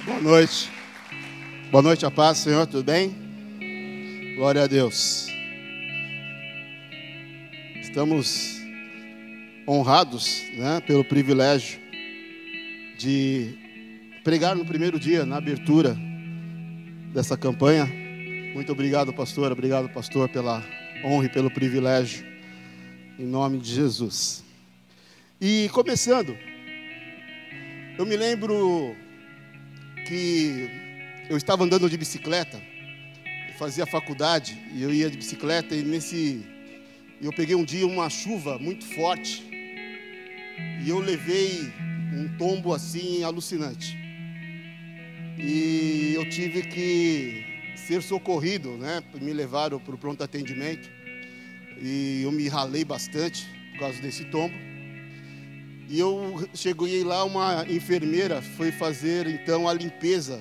Boa noite. Boa noite, a paz, Senhor, tudo bem? Glória a Deus. Estamos honrados, pelo privilégio de pregar no primeiro dia, na abertura dessa campanha. Muito obrigado, pastor, pela honra e pelo privilégio, em nome de Jesus. E começando, eu me lembro que eu estava andando de bicicleta, eu fazia faculdade e eu ia de bicicleta e eu peguei um dia uma chuva muito forte e eu levei um tombo assim alucinante e eu tive que ser socorrido, me levaram para o pronto atendimento e eu me ralei bastante por causa desse tombo. E eu cheguei lá, uma enfermeira foi fazer então a limpeza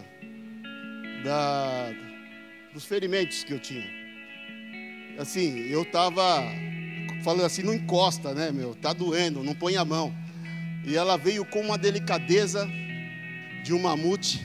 dos ferimentos que eu tinha. Assim, eu estava falando assim, não encosta, tá doendo, não põe a mão. E ela veio com uma delicadeza de um mamute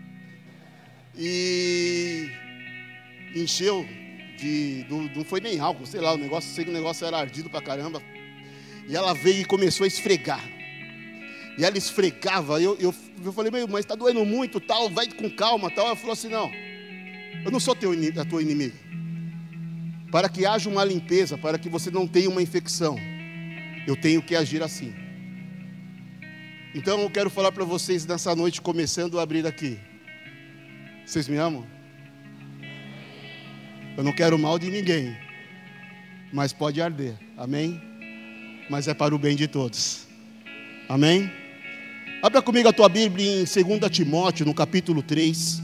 e encheu não foi nem álcool, sei lá, sei que o negócio era ardido pra caramba. E ela veio e começou a esfregar. E ela esfregava. Eu falei, mas está doendo muito, tal, vai com calma, tal. Ela falou assim, não, eu não sou a tua inimiga. Para que haja uma limpeza, para que você não tenha uma infecção, eu tenho que agir assim. Então eu quero falar para vocês nessa noite, começando a abrir aqui. Vocês me amam? Eu não quero mal de ninguém, mas pode arder, amém? Mas é para o bem de todos. Amém? Abra comigo a tua Bíblia em 2 Timóteo, no capítulo 3.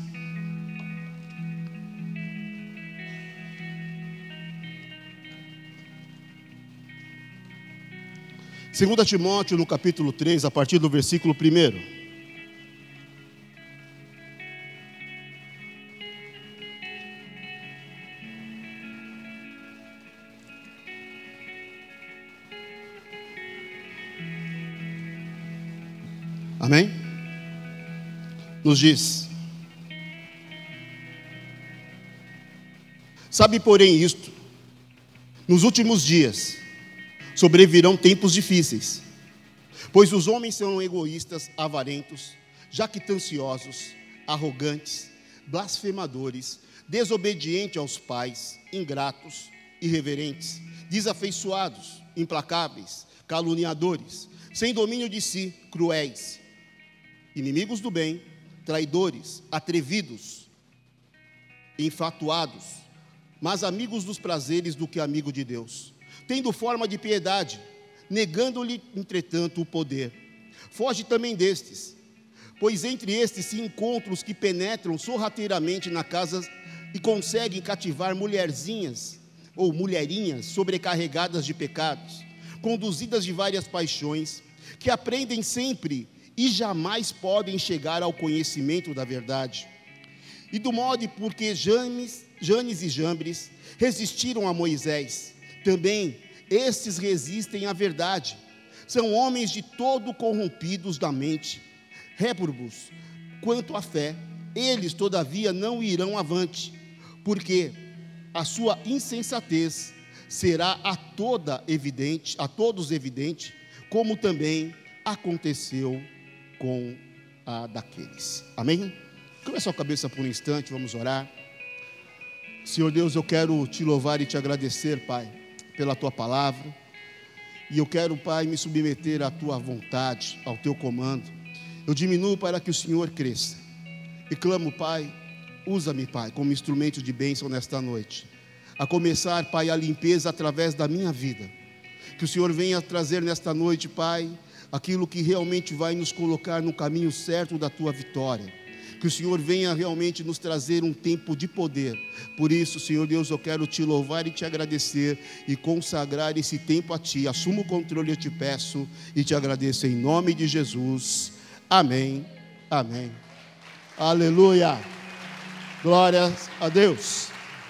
Segunda Timóteo, no capítulo 3, a partir do versículo 1. Amém? Nos diz: sabe, porém, isto: nos últimos dias sobrevirão tempos difíceis, pois os homens serão egoístas, avarentos, jactanciosos, arrogantes, blasfemadores, desobedientes aos pais, ingratos, irreverentes, desafeiçoados, implacáveis, caluniadores, sem domínio de si, cruéis, inimigos do bem, traidores, atrevidos, enfatuados, mas amigos dos prazeres do que amigo de Deus, tendo forma de piedade, negando-lhe, entretanto, o poder. Foge também destes, pois entre estes se encontram os que penetram sorrateiramente na casa e conseguem cativar mulherzinhas ou mulherinhas sobrecarregadas de pecados, conduzidas de várias paixões, que aprendem sempre e jamais podem chegar ao conhecimento da verdade. E do modo porque Janes e Jambres resistiram a Moisés, também estes resistem à verdade. São homens de todo corrompidos da mente, réprobos quanto à fé. Eles, todavia, não irão avante, porque a sua insensatez será a todos evidente, como também aconteceu com a daqueles. Amém? Curva a sua cabeça por um instante, vamos orar. Senhor Deus, eu quero te louvar e te agradecer, Pai, pela tua palavra. E eu quero, Pai, me submeter à tua vontade, ao teu comando. Eu diminuo para que o Senhor cresça. E clamo, Pai, usa-me, Pai, como instrumento de bênção nesta noite. A começar, Pai, a limpeza através da minha vida. Que o Senhor venha trazer nesta noite, Pai, aquilo que realmente vai nos colocar no caminho certo da tua vitória. Que o Senhor venha realmente nos trazer um tempo de poder. Por isso, Senhor Deus, eu quero te louvar e te agradecer e consagrar esse tempo a ti. Assuma o controle, eu te peço e te agradeço em nome de Jesus. Amém. Amém. Aleluia. Glórias a Deus.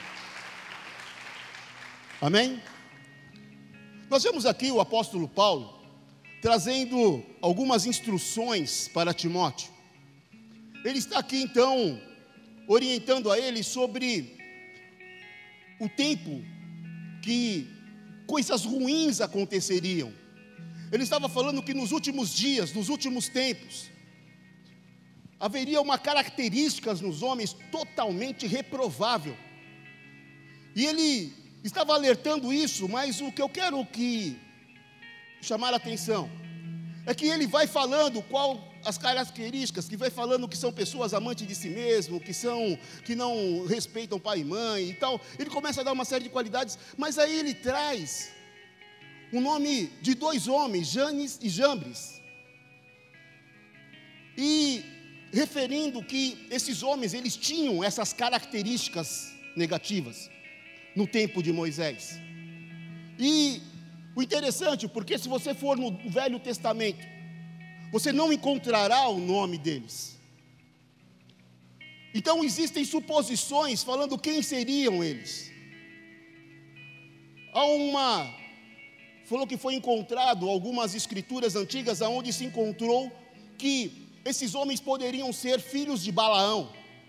Amém? Nós vemos aqui o apóstolo Paulo trazendo algumas instruções para Timóteo. ele está aqui então orientando a ele sobre o tempo que coisas ruins aconteceriam. Ele estava falando que nos últimos dias, nos últimos tempos, haveria uma característica nos homens totalmente reprovável. E ele estava alertando isso, mas o que eu quero chamar a atenção é que ele vai falando qual as características, que vai falando que são pessoas amantes de si mesmo, que não respeitam pai e mãe e tal. Ele começa a dar uma série de qualidades, mas aí ele traz o nome de 2 homens, Janes e Jambres, e referindo que esses homens, eles tinham essas características negativas no tempo de Moisés. E o interessante, porque se você for no Velho Testamento, você não encontrará o nome deles. Então existem suposições falando quem seriam eles. Falou que foi encontrado algumas escrituras antigas onde se encontrou que esses homens poderiam ser filhos de Balaão.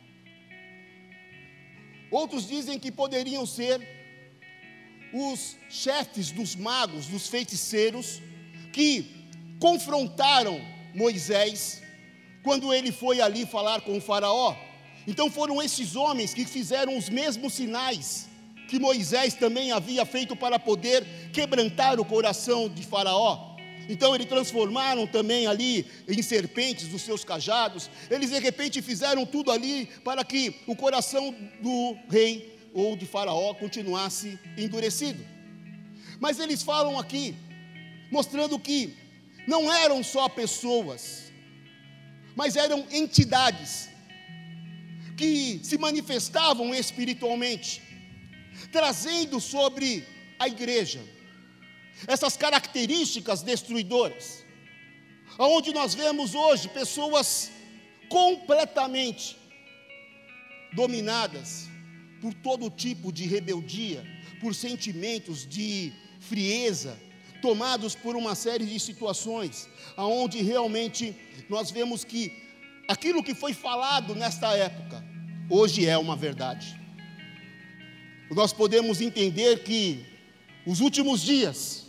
Outros dizem que poderiam ser os chefes dos magos, dos feiticeiros, que confrontaram Moisés quando ele foi ali falar com o faraó. Então foram esses homens que fizeram os mesmos sinais que Moisés também havia feito para poder quebrantar o coração de faraó. Então eles transformaram também ali em serpentes os seus cajados. Eles de repente fizeram tudo ali para que o coração do rei ou de faraó continuasse endurecido. Mas eles falam aqui, mostrando que não eram só pessoas, mas eram entidades que se manifestavam espiritualmente, trazendo sobre a igreja essas características destruidoras, aonde nós vemos hoje pessoas completamente dominadas por todo tipo de rebeldia, por sentimentos de frieza, tomados por uma série de situações, aonde realmente nós vemos que aquilo que foi falado nesta época, hoje é uma verdade. Nós podemos entender que os últimos dias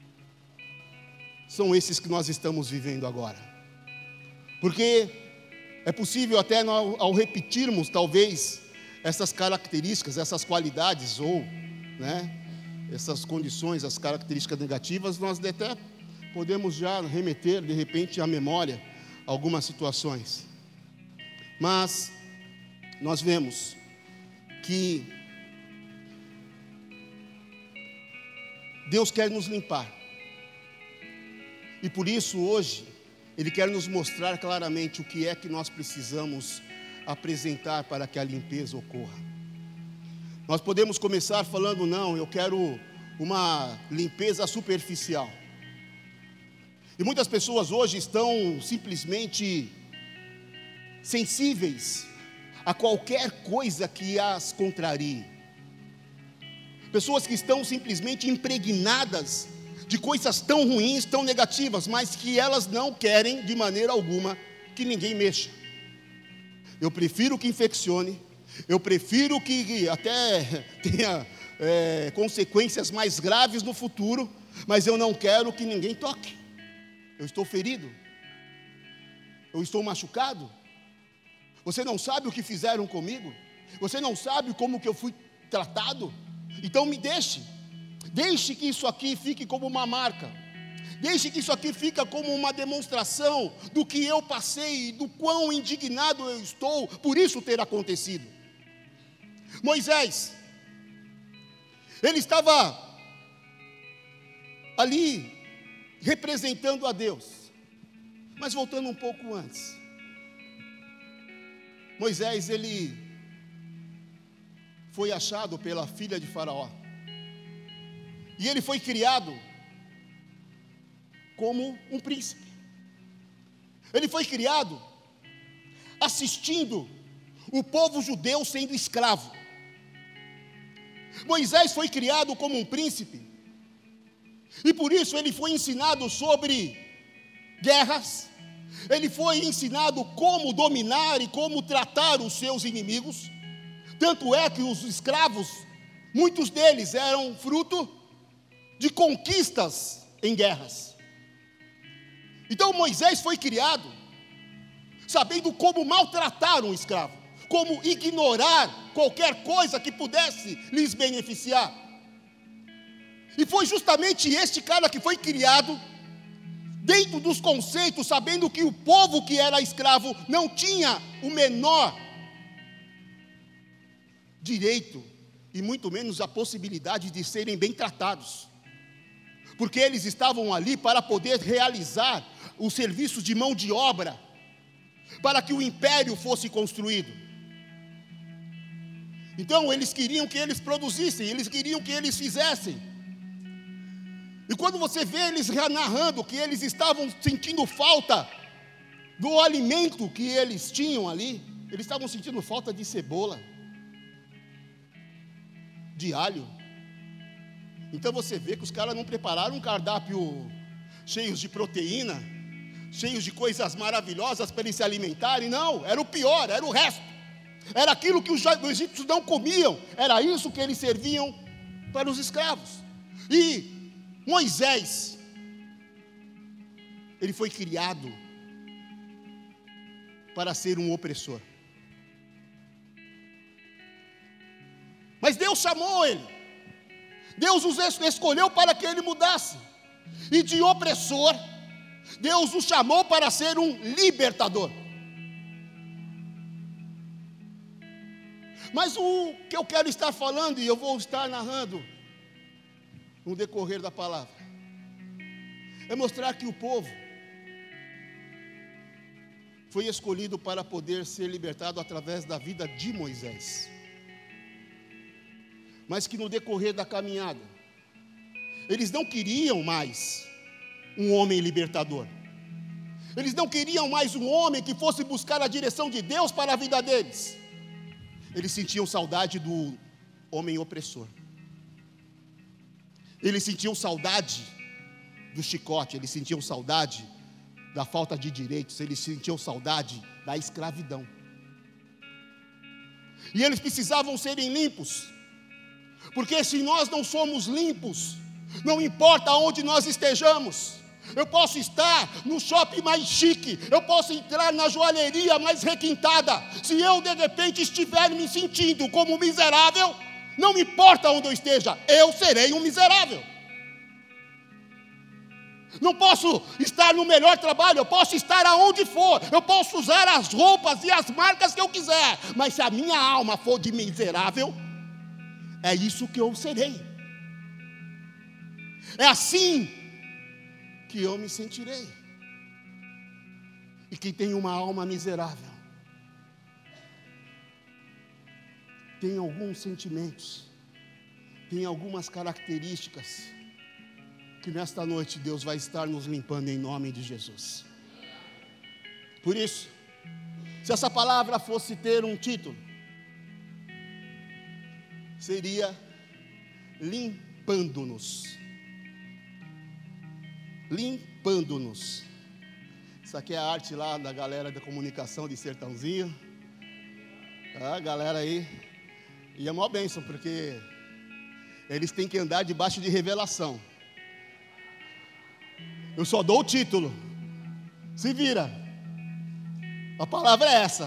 são esses que nós estamos vivendo agora, porque é possível até ao repetirmos talvez essas características, essas qualidades ou, essas condições, as características negativas, nós até podemos já remeter de repente à memória algumas situações, mas nós vemos que Deus quer nos limpar, e por isso hoje Ele quer nos mostrar claramente o que é que nós precisamos apresentar para que a limpeza ocorra. Nós podemos começar falando, não, eu quero uma limpeza superficial, e muitas pessoas hoje estão simplesmente sensíveis a qualquer coisa que as contrarie, pessoas que estão simplesmente impregnadas de coisas tão ruins, tão negativas, mas que elas não querem de maneira alguma que ninguém mexa. Eu prefiro que infeccione, eu prefiro que até tenha consequências mais graves no futuro, mas eu não quero que ninguém toque. Eu estou ferido, eu estou machucado, você não sabe o que fizeram comigo, você não sabe como que eu fui tratado, então me deixe que isso aqui fique como uma marca, deixe que isso aqui fique como uma demonstração do que eu passei, do quão indignado eu estou por isso ter acontecido. Moisés, ele estava ali representando a Deus, mas voltando um pouco antes, Moisés, ele foi achado pela filha de Faraó, e ele foi criado como um príncipe. Ele foi criado assistindo o povo judeu sendo escravo. Moisés foi criado como um príncipe, e por isso ele foi ensinado sobre guerras, Ele foi ensinado como dominar e como tratar os seus inimigos. Tanto é que os escravos, muitos deles eram fruto de conquistas em guerras. Então Moisés foi criado sabendo como maltratar um escravo, como ignorar qualquer coisa que pudesse lhes beneficiar. E foi justamente este cara que foi criado dentro dos conceitos, sabendo que o povo que era escravo não tinha o menor direito e muito menos a possibilidade de serem bem tratados, porque eles estavam ali para poder realizar os serviços de mão de obra, para que o império fosse construído. Então eles queriam que eles produzissem, eles queriam que eles fizessem. E quando você vê eles narrando que eles estavam sentindo falta do alimento que eles tinham ali, eles estavam sentindo falta de cebola, de alho. Então você vê que os caras não prepararam um cardápio cheios de proteína, cheios de coisas maravilhosas para eles se alimentarem. Não, era o pior, era o resto. Era aquilo que os egípcios não comiam, era isso que eles serviam para os escravos. E Moisés, ele foi criado para ser um opressor. Mas Deus chamou ele, Deus os escolheu para que ele mudasse. E de opressor, Deus o chamou para ser um libertador. Mas o que eu quero estar falando, e eu vou estar narrando no decorrer da palavra, é mostrar que o povo foi escolhido para poder ser libertado através da vida de Moisés, mas que no decorrer da caminhada, eles não queriam mais um homem libertador, eles não queriam mais um homem que fosse buscar a direção de Deus para a vida deles. Eles sentiam saudade do homem opressor, eles sentiam saudade do chicote, eles sentiam saudade da falta de direitos, eles sentiam saudade da escravidão. E eles precisavam serem limpos, porque se nós não somos limpos, não importa onde nós estejamos, eu posso estar no shopping mais chique, eu posso entrar na joalheria mais requintada, se eu de repente estiver me sentindo como miserável, não importa onde eu esteja, eu serei um miserável. Não posso estar no melhor trabalho, eu posso estar aonde for, eu posso usar as roupas e as marcas que eu quiser, mas se a minha alma for de miserável, é isso que eu serei. É assim que eu me sentirei. E quem tem uma alma miserável tem alguns sentimentos, tem algumas características que nesta noite Deus vai estar nos limpando em nome de Jesus. Por isso, se essa palavra fosse ter um título, seria limpando-nos. Limpando-nos. Isso aqui é a arte lá da galera da comunicação de Sertãozinho. A galera aí. E é uma bênção, porque eles têm que andar debaixo de revelação. Eu só dou o título. Se vira. A palavra é essa.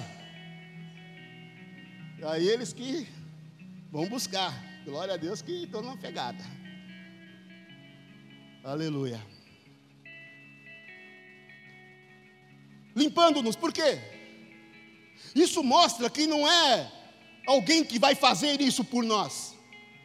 E aí eles que vão buscar. Glória a Deus que estão numa pegada. Aleluia. Limpando-nos, por quê? Isso mostra que não é alguém que vai fazer isso por nós.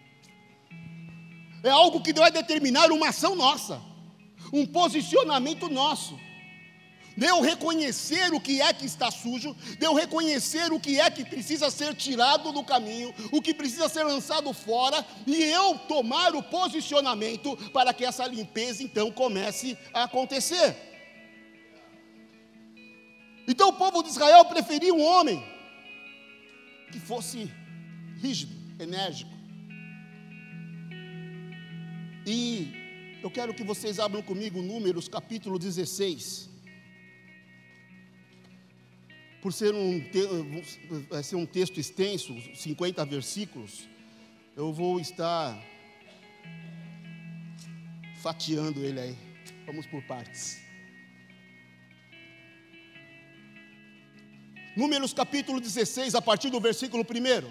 É algo que vai determinar uma ação nossa, um posicionamento nosso. De eu reconhecer o que é que está sujo, de eu reconhecer o que é que precisa ser tirado do caminho, o que precisa ser lançado fora, e eu tomar o posicionamento para que essa limpeza então comece a acontecer. Então o povo de Israel preferia um homem que fosse rígido, enérgico. E eu quero que vocês abram comigo Números capítulo 16. por vai ser um texto extenso, 50 versículos, eu vou estar fatiando ele aí. Vamos por partes. Números capítulo 16, a partir do versículo 1.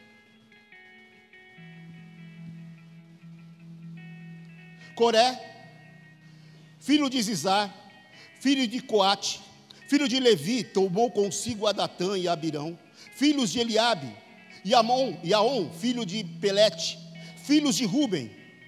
Coré, filho de Zizar, filho de Coate, filho de Levi, tomou consigo Adatã e Abirão, filhos de Eliabe, e Aon, filho de Pelete, filhos de Ruben,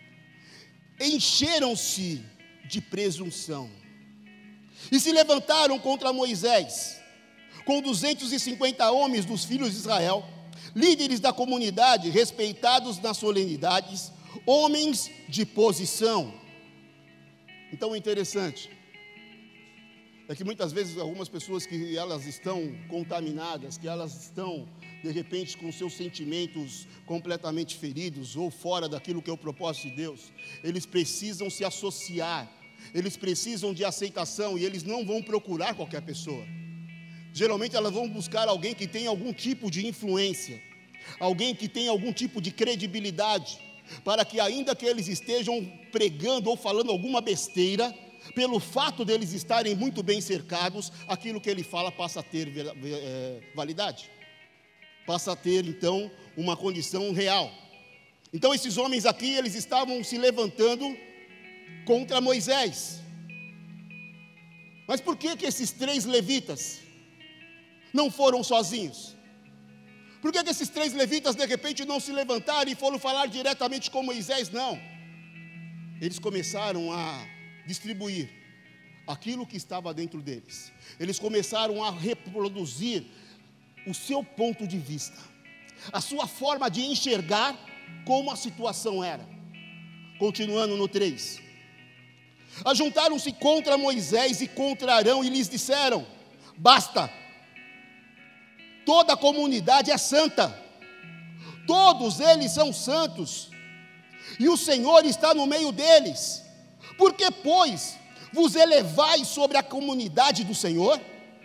encheram-se de presunção, e se levantaram contra Moisés, com 250 homens dos filhos de Israel, líderes da comunidade, respeitados nas solenidades, homens de posição. Então é interessante, é que muitas vezes algumas pessoas que elas estão contaminadas, que elas estão de repente com seus sentimentos completamente feridos ou fora daquilo que é o propósito de Deus, eles precisam se associar, eles precisam de aceitação e eles não vão procurar qualquer pessoa. Geralmente elas vão buscar alguém que tem algum tipo de influência, alguém que tem algum tipo de credibilidade, para que ainda que eles estejam pregando ou falando alguma besteira, pelo fato deles estarem muito bem cercados, aquilo que ele fala passa a ter validade, passa a ter então uma condição real. Então esses homens aqui, eles estavam se levantando contra Moisés. Mas por que esses 3 levitas não foram sozinhos? Por que esses 3 levitas de repente não se levantaram e foram falar diretamente com Moisés? Não, eles começaram a distribuir aquilo que estava dentro deles, eles começaram a reproduzir o seu ponto de vista, a sua forma de enxergar como a situação era. Continuando no 3, ajuntaram-se contra Moisés e contra Arão e lhes disseram: basta, toda a comunidade é santa, todos eles são santos, e o Senhor está no meio deles. Por que, pois, vos elevais sobre a comunidade do Senhor?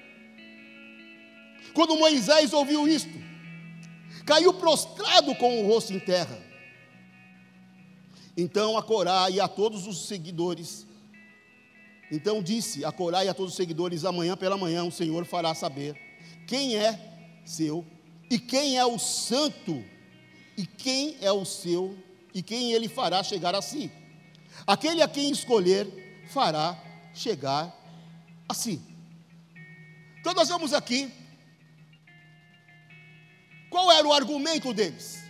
Quando Moisés ouviu isto, caiu prostrado com o rosto em terra. Então a Corá e a todos os seguidores, então disse a Corá e a todos os seguidores: amanhã pela manhã o Senhor fará saber quem é seu, e quem é o santo, e quem é o seu, e quem ele fará chegar a si. Aquele a quem escolher fará chegar a si. Então nós vamos aqui, qual era o argumento deles?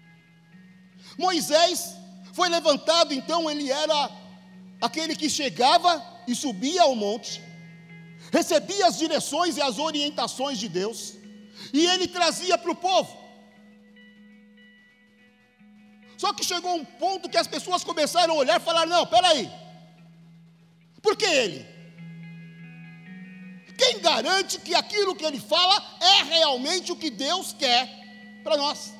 Moisés foi levantado, então ele era aquele que chegava e subia ao monte, recebia as direções e as orientações de Deus, e ele trazia para o povo. Só que chegou um ponto que as pessoas começaram a olhar e falar: não, peraí, por que ele? Quem garante que aquilo que ele fala é realmente o que Deus quer para nós?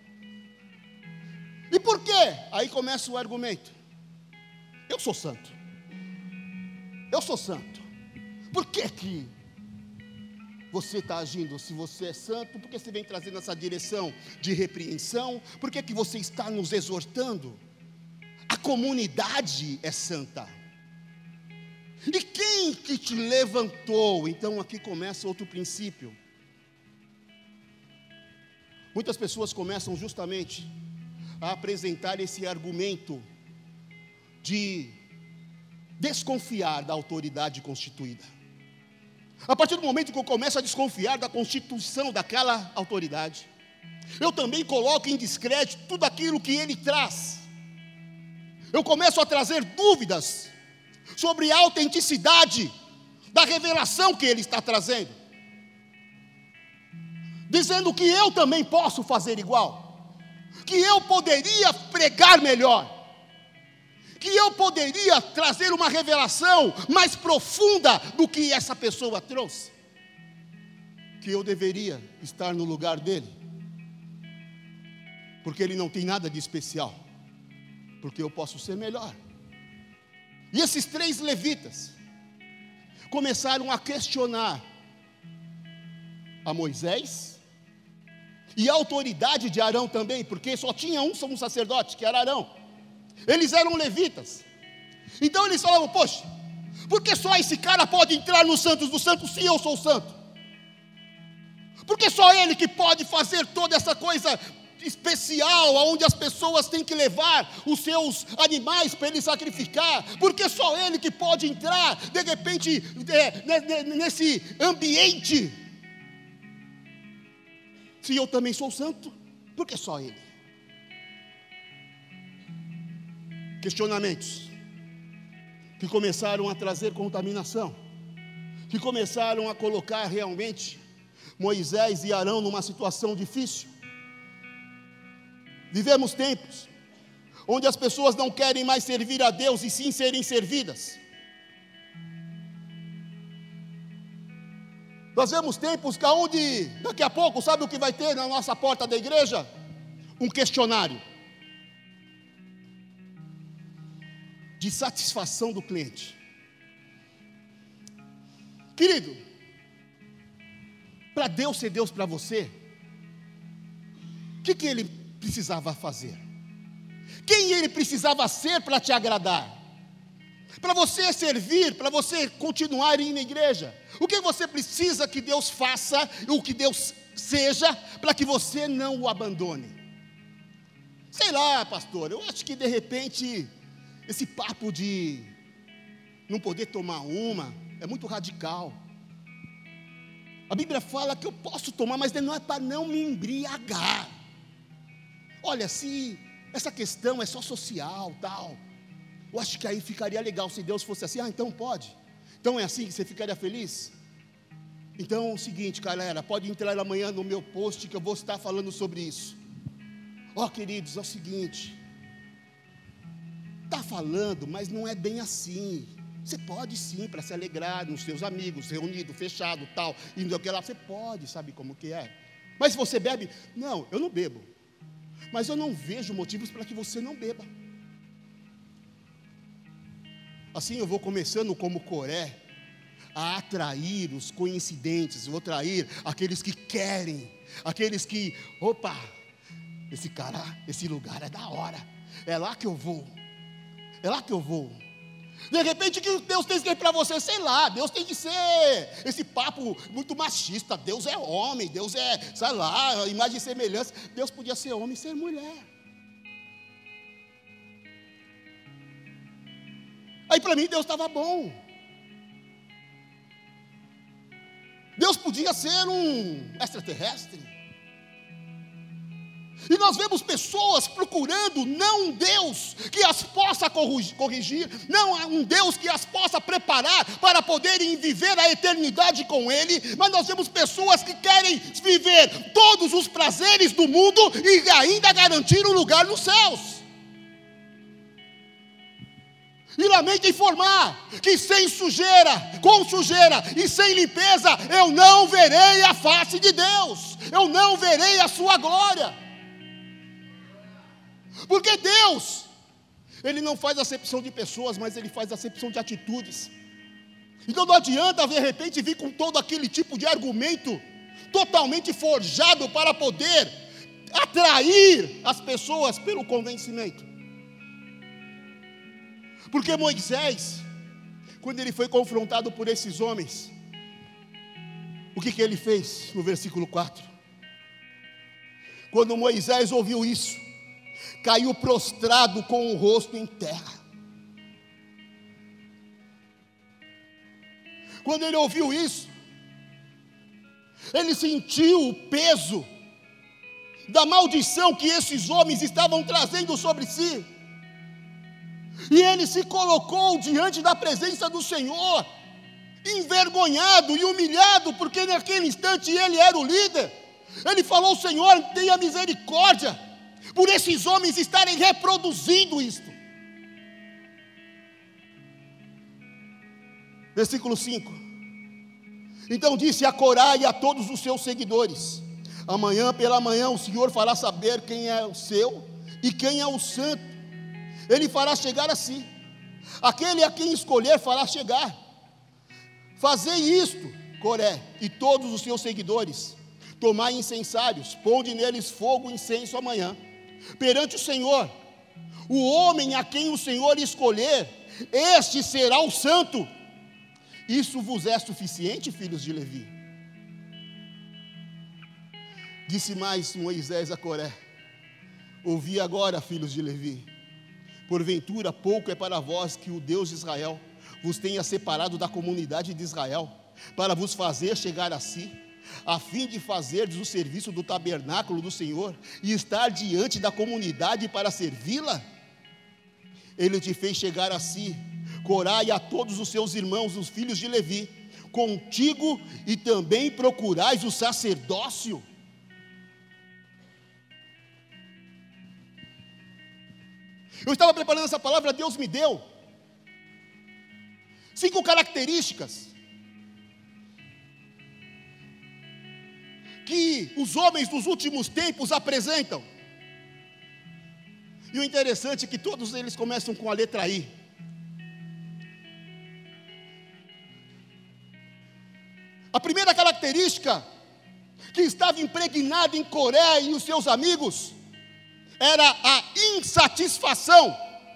E por quê? Aí começa o argumento: eu sou santo, eu sou santo. Por que você está agindo? Se você é santo, por que você vem trazendo essa direção de repreensão? Por que você está nos exortando? A comunidade é santa. E quem que te levantou? Então aqui começa outro princípio. Muitas pessoas começam justamente a apresentar esse argumento de desconfiar da autoridade constituída. A partir do momento que eu começo a desconfiar da constituição daquela autoridade, eu também coloco em descrédito tudo aquilo que ele traz. Eu começo a trazer dúvidas sobre a autenticidade da revelação que ele está trazendo, dizendo que eu também posso fazer igual, que eu poderia pregar melhor, que eu poderia trazer uma revelação mais profunda do que essa pessoa trouxe, que eu deveria estar no lugar dele, porque ele não tem nada de especial, porque eu posso ser melhor. E esses 3 levitas começaram a questionar a Moisés e a autoridade de Arão também, porque só tinha um sumo sacerdote, que era Arão. Eles eram levitas. Então eles falavam: poxa, por que só esse cara pode entrar nos santos dos santos se eu sou santo? Porque só ele que pode fazer toda essa coisa especial, onde as pessoas têm que levar os seus animais para ele sacrificar? Porque só ele que pode entrar, de repente, nesse ambiente? Se eu também sou santo, por que só ele? Questionamentos que começaram a trazer contaminação, que começaram a colocar realmente Moisés e Arão numa situação difícil. Vivemos tempos onde as pessoas não querem mais servir a Deus e sim serem servidas. Nós vemos tempos onde daqui a pouco, sabe o que vai ter na nossa porta da igreja? Um questionário de satisfação do cliente. Querido, para Deus ser Deus para você, o que ele precisava fazer? Quem ele precisava ser para te agradar? Para você servir, para você continuar indo na igreja? O que você precisa que Deus faça, o que Deus seja, para que você não o abandone? Sei lá, pastor, eu acho que de repente esse papo de não poder tomar uma é muito radical. A Bíblia fala que eu posso tomar, mas não é para não me embriagar. Olha, se essa questão é só social, tal, eu acho que aí ficaria legal se Deus fosse assim. Então pode. Então é assim que você ficaria feliz? Então é o seguinte, galera, pode entrar amanhã no meu post que eu vou estar falando sobre isso. Queridos, é o seguinte, está falando, mas não é bem assim. Você pode sim, para se alegrar nos seus amigos, reunido, fechado, tal, indo aqui lá, você pode, sabe como que é? Mas se você bebe, não, eu não bebo, mas eu não vejo motivos para que você não beba. Assim eu vou começando como Coré, a atrair os coincidentes, vou atrair aqueles que querem, aqueles que, opa, esse lugar é da hora, é lá que eu vou. É lá que eu vou. De repente o que Deus tem que ser para você? Sei lá, Deus tem que ser esse papo muito machista. Deus é homem, Deus é, sei lá, imagem e semelhança. Deus podia ser homem e ser mulher. Aí para mim Deus estava bom. Deus podia ser um extraterrestre. E nós vemos pessoas procurando não um Deus que as possa corrigir, não um Deus que as possa preparar para poderem viver a eternidade com Ele, mas nós vemos pessoas que querem viver todos os prazeres do mundo e ainda garantir um lugar nos céus. E lamento informar que sem sujeira, com sujeira e sem limpeza, eu não verei a face de Deus, eu não verei a sua glória. Porque Deus, Ele não faz acepção de pessoas, mas Ele faz acepção de atitudes. Então não adianta de repente vir com todo aquele tipo de argumento totalmente forjado para poder atrair as pessoas pelo convencimento. Porque Moisés, quando ele foi confrontado por esses homens, o que ele fez no versículo 4? Quando Moisés ouviu isso, caiu prostrado com o rosto em terra. Quando ele ouviu isso, ele sentiu o peso da maldição que esses homens estavam trazendo sobre si. E ele se colocou diante da presença do Senhor, envergonhado e humilhado, porque naquele instante ele era o líder. Ele falou: Senhor, tenha misericórdia por esses homens estarem reproduzindo isto. Versículo 5. Então disse a Corá e a todos os seus seguidores: amanhã pela manhã o Senhor fará saber quem é o seu e quem é o santo. Ele fará chegar a si. Aquele a quem escolher fará chegar. Fazei isto Coré e todos os seus seguidores, tomai incensários, ponde neles fogo e incenso amanhã, perante o Senhor, o homem a quem o Senhor escolher, este será o santo. Isso vos é suficiente, filhos de Levi? Disse mais Moisés a Coré: ouvi agora, filhos de Levi, porventura pouco é para vós que o Deus de Israel vos tenha separado da comunidade de Israel, para vos fazer chegar a si, a fim de fazerdes o serviço do tabernáculo do Senhor, e estar diante da comunidade para servi-la? Ele te fez chegar a si, Corá e a todos os seus irmãos, os filhos de Levi, contigo, e também procurais o sacerdócio. Eu estava preparando essa palavra, Deus me deu 5 características que os homens dos últimos tempos apresentam. E o interessante é que todos eles começam com a letra I. A primeira característica que estava impregnada em Coré e os seus amigos era a insatisfação.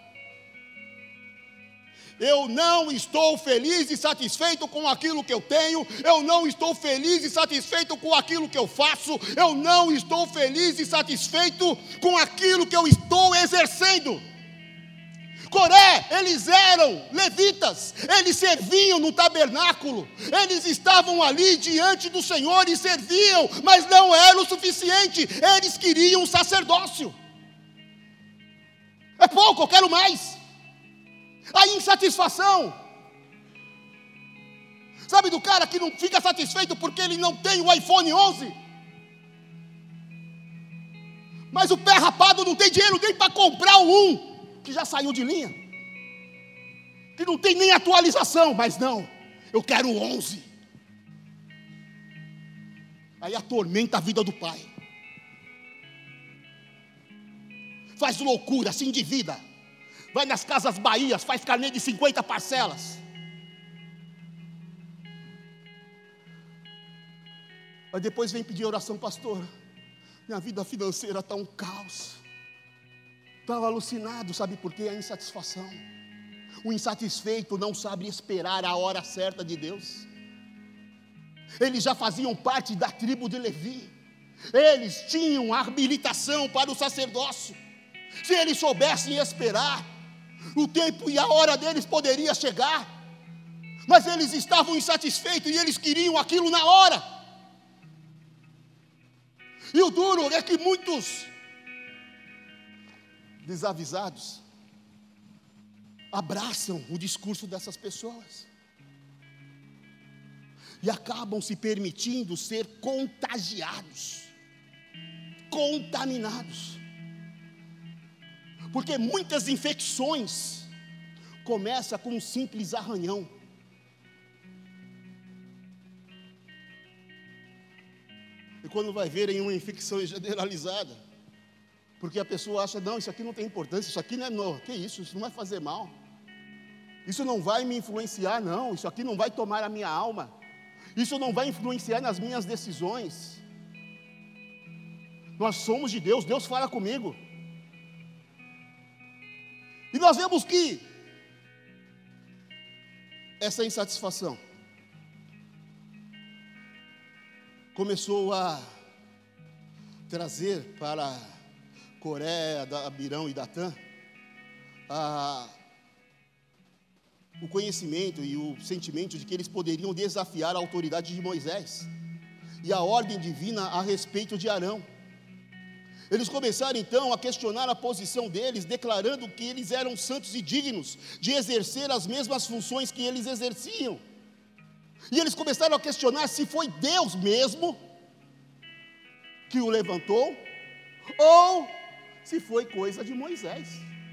Eu não estou feliz e satisfeito com aquilo que eu tenho, eu não estou feliz e satisfeito com aquilo que eu faço, eu não estou feliz e satisfeito com aquilo que eu estou exercendo. Coré, eles eram levitas, eles serviam no tabernáculo, eles estavam ali diante do Senhor e serviam, mas não era o suficiente, eles queriam um sacerdócio. É pouco, eu quero mais. A insatisfação. Sabe do cara que não fica satisfeito porque ele não tem o iPhone 11? Mas o pé rapado não tem dinheiro nem para comprar o 1, que já saiu de linha, que não tem nem atualização. Mas não, eu quero o 11. Aí atormenta a vida do pai, faz loucura, se endivida, vai nas Casas Bahias, faz carnê de 50 parcelas. Aí depois vem pedir oração: pastor, minha vida financeira está um caos. Estava alucinado, sabe por quê? A insatisfação. O insatisfeito não sabe esperar a hora certa de Deus. Eles já faziam parte da tribo de Levi, eles tinham a habilitação para o sacerdócio. Se eles soubessem esperar, o tempo e a hora deles poderia chegar, mas eles estavam insatisfeitos e eles queriam aquilo na hora. E o duro é que muitos desavisados abraçam o discurso dessas pessoas e acabam se permitindo ser contagiados, contaminados. Porque muitas infecções começam com um simples arranhão. E quando vai ver em uma infecção generalizada, porque a pessoa acha: não, isso aqui não tem importância, isso aqui não é novo, que isso não vai fazer mal, isso não vai me influenciar, não, isso aqui não vai tomar a minha alma, isso não vai influenciar nas minhas decisões. Nós somos de Deus, Deus fala comigo. E nós vemos que essa insatisfação começou a trazer para Coré, Abirão e Datã o conhecimento e o sentimento de que eles poderiam desafiar a autoridade de Moisés e a ordem divina a respeito de Arão. Eles começaram então a questionar a posição deles, declarando que eles eram santos e dignos de exercer as mesmas funções que eles exerciam. E eles começaram a questionar se foi Deus mesmo que o levantou, ou se foi coisa de Moisés.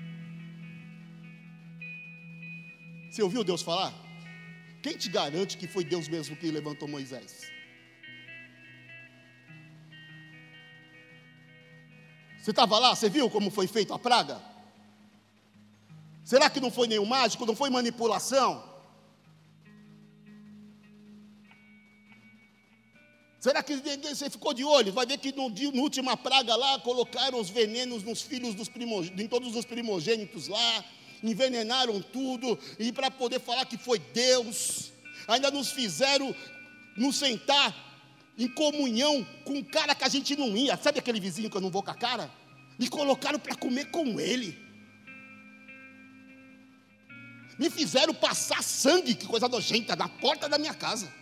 Você ouviu Deus falar? Quem te garante que foi Deus mesmo que levantou Moisés? Você estava lá, você viu como foi feita a praga? Será que não foi nenhum mágico, não foi manipulação? Será que você ficou de olho? Vai ver que na última praga lá, colocaram os venenos nos filhos em todos os primogênitos lá, envenenaram tudo, e para poder falar que foi Deus, ainda nos fizeram nos sentar em comunhão com um cara que a gente não ia. Sabe aquele vizinho que eu não vou com a cara? Me colocaram para comer com ele. Me fizeram passar sangue, que coisa nojenta, na porta da minha casa.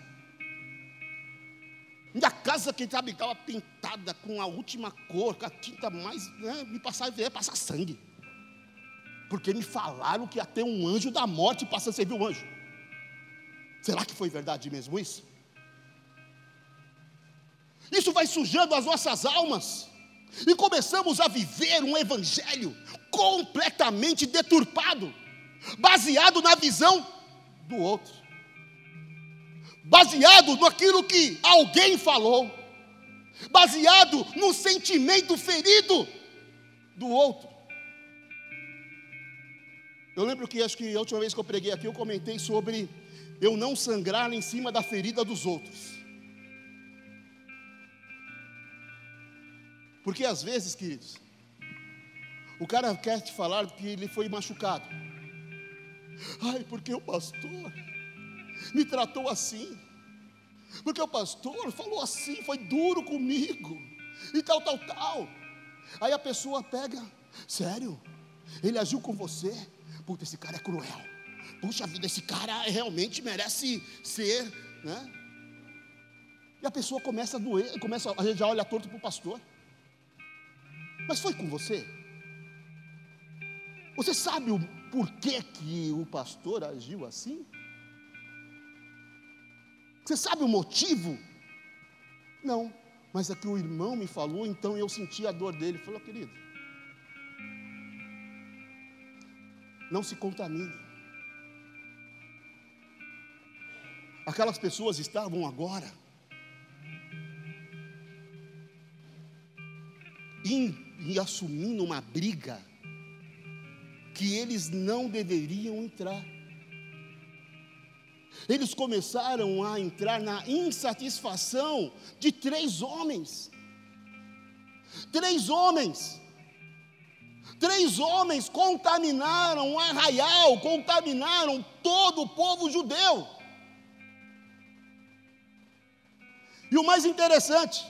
Minha casa, quem sabe, estava pintada com a última cor, com a tinta mais, me passar sangue. Porque me falaram que ia ter um anjo da morte passando. Você viu o anjo? Será que foi verdade mesmo isso? Isso vai sujando as nossas almas. E começamos a viver um evangelho completamente deturpado, baseado na visão do outro, baseado naquilo que alguém falou, baseado no sentimento ferido do outro. Eu lembro que, acho que a última vez que eu preguei aqui, eu comentei sobre eu não sangrar em cima da ferida dos outros. Porque às vezes, queridos, o cara quer te falar que ele foi machucado. Ai, porque o pastor me tratou assim, porque o pastor falou assim, foi duro comigo, e tal. Aí a pessoa pega, sério, ele agiu com você? Puta, esse cara é cruel. Puxa vida, esse cara realmente merece ser, né? E a pessoa começa a doer, a gente já olha torto para o pastor. Mas foi com você? Você sabe o porquê que o pastor agiu assim? Você sabe o motivo? Não, mas é que o irmão me falou, então eu senti a dor dele. Falou, querido, não se contamine. Aquelas pessoas estavam agora e assumindo uma briga que eles não deveriam entrar. Eles começaram a entrar na insatisfação de 3 homens. 3 homens. 3 homens contaminaram o arraial, contaminaram todo o povo judeu. E o mais interessante,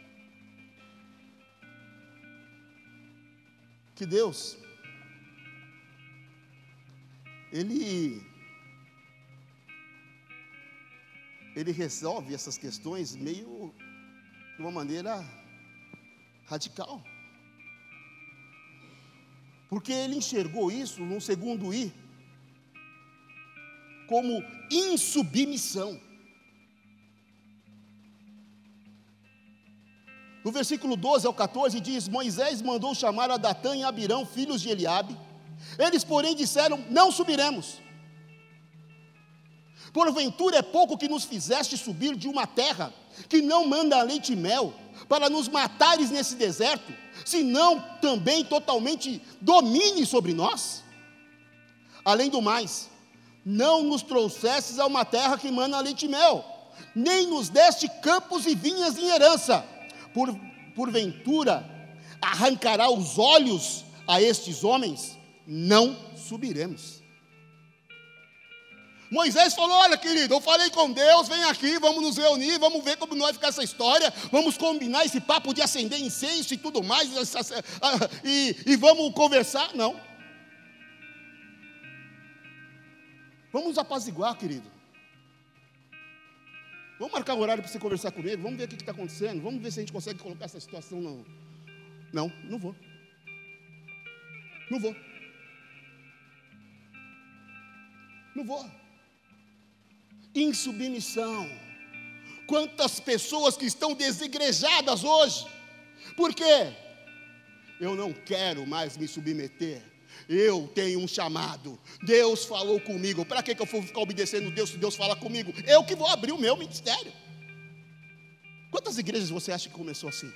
que Deus, Ele resolve essas questões meio de uma maneira radical. Porque Ele enxergou isso, no segundo I, como insubmissão. No versículo 12 ao 14 diz: Moisés mandou chamar a Datã e Abirão, filhos de Eliabe. Eles, porém, disseram: não subiremos. Porventura é pouco que nos fizeste subir de uma terra que não manda leite e mel, para nos matares nesse deserto, se não também totalmente domine sobre nós? Além do mais, não nos trouxestes a uma terra que manda leite e mel, nem nos deste campos e vinhas em herança. Porventura arrancará os olhos a estes homens? Não subiremos. Moisés falou: olha, querido, eu falei com Deus, vem aqui, vamos nos reunir, vamos ver como vai ficar essa história, vamos combinar esse papo de acender incenso e tudo mais, e vamos conversar. Não. Vamos apaziguar, querido. Vamos marcar um horário para você conversar comigo, vamos ver o que está acontecendo, vamos ver se a gente consegue colocar essa situação. Não vou. Não vou. Insubmissão. Quantas pessoas que estão desigrejadas hoje, por quê? Eu não quero mais me submeter. Eu tenho um chamado, Deus falou comigo. Para que eu vou ficar obedecendo Deus se Deus fala comigo? Eu que vou abrir o meu ministério. Quantas igrejas você acha que começou assim?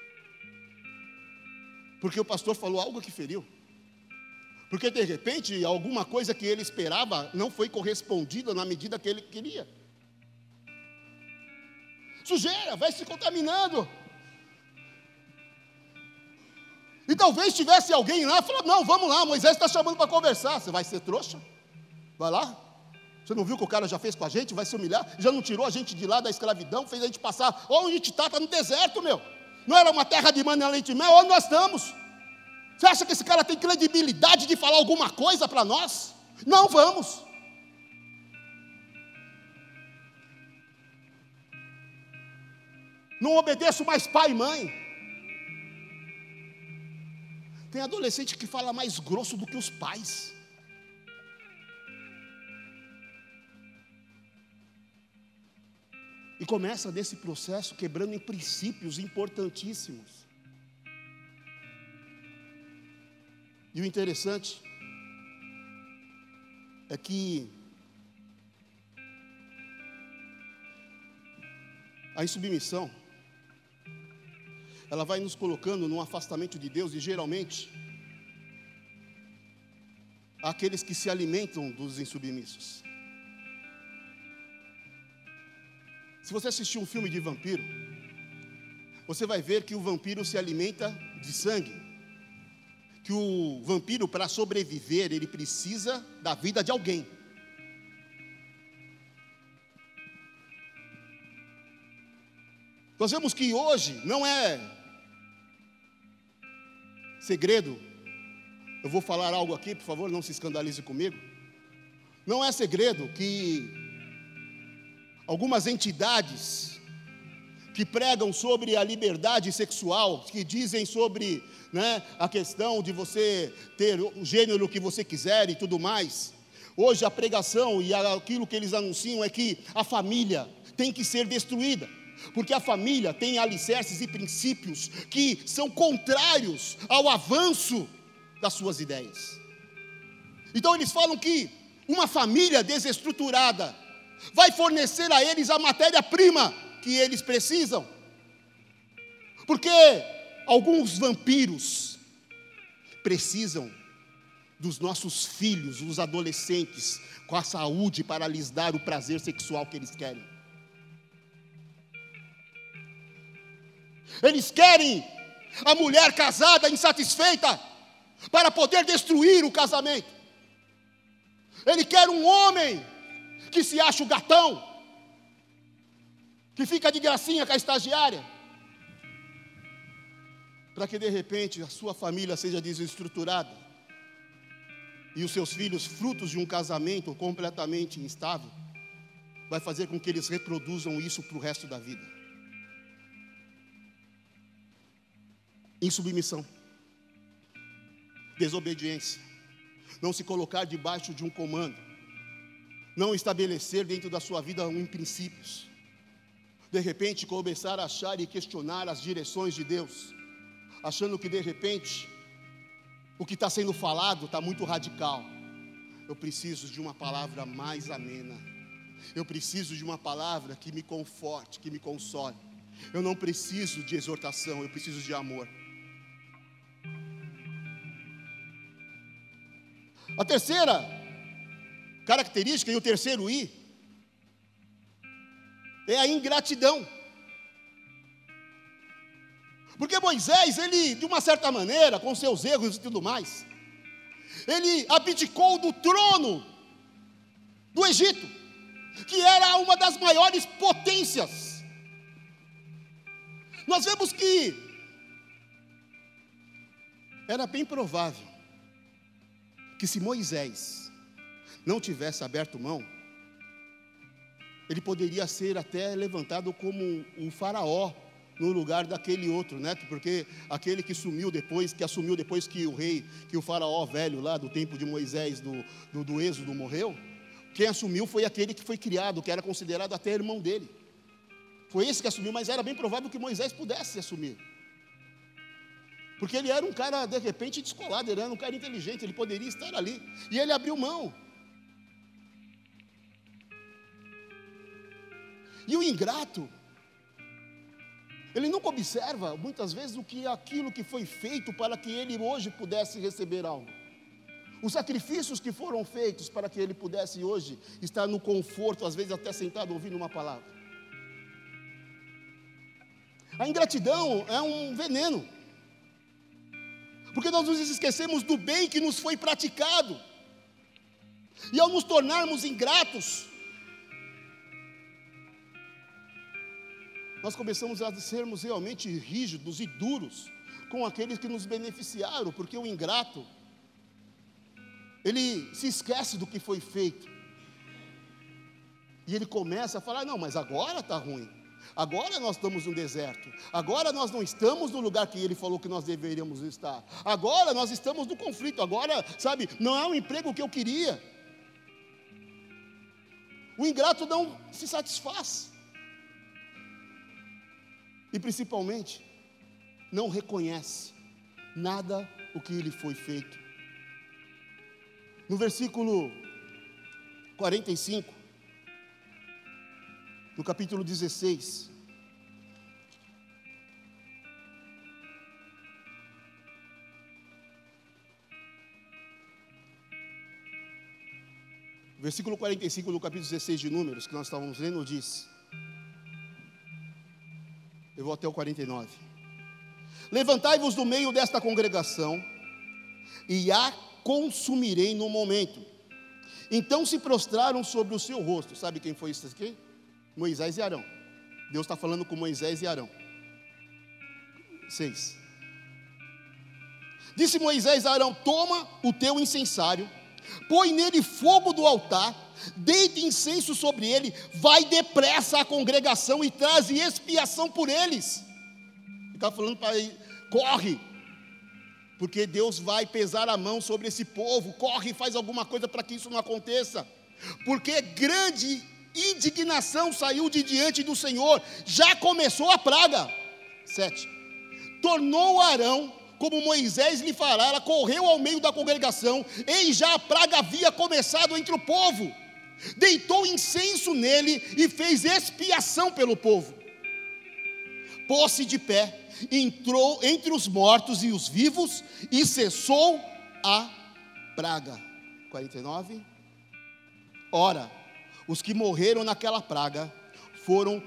Porque o pastor falou algo que feriu, porque de repente alguma coisa que ele esperava não foi correspondida na medida que ele queria. Sujeira, vai se contaminando. E talvez tivesse alguém lá e falou: não, vamos lá, Moisés está chamando para conversar. Você vai ser trouxa? Vai lá. Você não viu o que o cara já fez com a gente? Vai se humilhar? Já não tirou a gente de lá da escravidão? Fez a gente passar. Onde a gente está no deserto, meu. Não era uma terra de mana, leite e mel? Onde nós estamos? Você acha que esse cara tem credibilidade de falar alguma coisa para nós? Não vamos. Não obedeço mais pai e mãe. Tem adolescente que fala mais grosso do que os pais. E começa nesse processo quebrando em princípios importantíssimos. E o interessante é que a insubmissão, ela vai nos colocando num afastamento de Deus, e geralmente aqueles que se alimentam dos insubmissos. Se você assistir um filme de vampiro, você vai ver que o vampiro se alimenta de sangue. Que o vampiro, para sobreviver, ele precisa da vida de alguém. Nós vemos que hoje não é segredo. Eu vou falar algo aqui, por favor, não se escandalize comigo. Não é segredo que algumas entidades que pregam sobre a liberdade sexual, que dizem sobre, a questão de você ter o gênero que você quiser e tudo mais. Hoje a pregação e aquilo que eles anunciam é que a família tem que ser destruída, porque a família tem alicerces e princípios que são contrários ao avanço das suas ideias. Então eles falam que uma família desestruturada vai fornecer a eles a matéria-prima que eles precisam, porque alguns vampiros precisam dos nossos filhos, os adolescentes, com a saúde para lhes dar o prazer sexual que eles querem. Eles querem a mulher casada, insatisfeita, para poder destruir o casamento. Ele quer um homem que se acha o gatão, que fica de gracinha com a estagiária, para que de repente a sua família seja desestruturada e os seus filhos, frutos de um casamento completamente instável, vai fazer com que eles reproduzam isso para o resto da vida. Insubmissão, desobediência, não se colocar debaixo de um comando, não estabelecer dentro da sua vida princípios. De repente começar a achar e questionar as direções de Deus, achando que de repente o que está sendo falado está muito radical. Eu preciso de uma palavra mais amena, eu preciso de uma palavra que me conforte, que me console. Eu não preciso de exortação, eu preciso de amor. A terceira característica e o terceiro I é a ingratidão. Porque Moisés, ele, de uma certa maneira, com seus erros e tudo mais, ele abdicou do trono do Egito, que era uma das maiores potências. Nós vemos que era bem provável que se Moisés não tivesse aberto mão, ele poderia ser até levantado como um faraó no lugar daquele outro, porque aquele que assumiu depois que o faraó velho lá do tempo de Moisés, do Êxodo morreu, quem assumiu foi aquele que foi criado, que era considerado até irmão dele. Foi esse que assumiu, mas era bem provável que Moisés pudesse assumir. Porque ele era um cara, de repente, descolado, ele era um cara inteligente, ele poderia estar ali. E ele abriu mão. E o ingrato, ele nunca observa, muitas vezes, aquilo que foi feito para que ele hoje pudesse receber algo. Os sacrifícios que foram feitos para que ele pudesse hoje estar no conforto, às vezes até sentado ouvindo uma palavra. A ingratidão é um veneno, porque nós nos esquecemos do bem que nos foi praticado, e ao nos tornarmos ingratos, nós começamos a sermos realmente rígidos e duros com aqueles que nos beneficiaram, porque o ingrato, ele se esquece do que foi feito, e ele começa a falar: não, mas agora está ruim, agora nós estamos no deserto, agora nós não estamos no lugar que ele falou que nós deveríamos estar, agora nós estamos no conflito, agora, sabe, não é o emprego que eu queria. O ingrato não se satisfaz, e principalmente não reconhece nada o que lhe foi feito. No versículo 45, no capítulo 16, versículo 45 do capítulo 16 de Números, que nós estávamos lendo, diz, eu vou até o 49: levantai-vos do meio desta congregação, e a consumirei no momento. Então se prostraram sobre o seu rosto. Sabe quem foi isso aqui? Moisés e Arão. Deus está falando com Moisés e Arão. 6. Disse Moisés a Arão: toma o teu incensário, põe nele fogo do altar, deite incenso sobre ele, vai depressa à congregação e traze expiação por eles. Ele está falando para ele: corre, porque Deus vai pesar a mão sobre esse povo. Corre e faz alguma coisa para que isso não aconteça, porque grande indignação saiu de diante do Senhor, já começou a praga. 7. Tornou Arão como Moisés lhe falara, correu ao meio da congregação, eis já a praga havia começado entre o povo, deitou incenso nele e fez expiação pelo povo. Pôs-se de pé, entrou entre os mortos e os vivos, e cessou a praga. 49. Ora, os que morreram naquela praga foram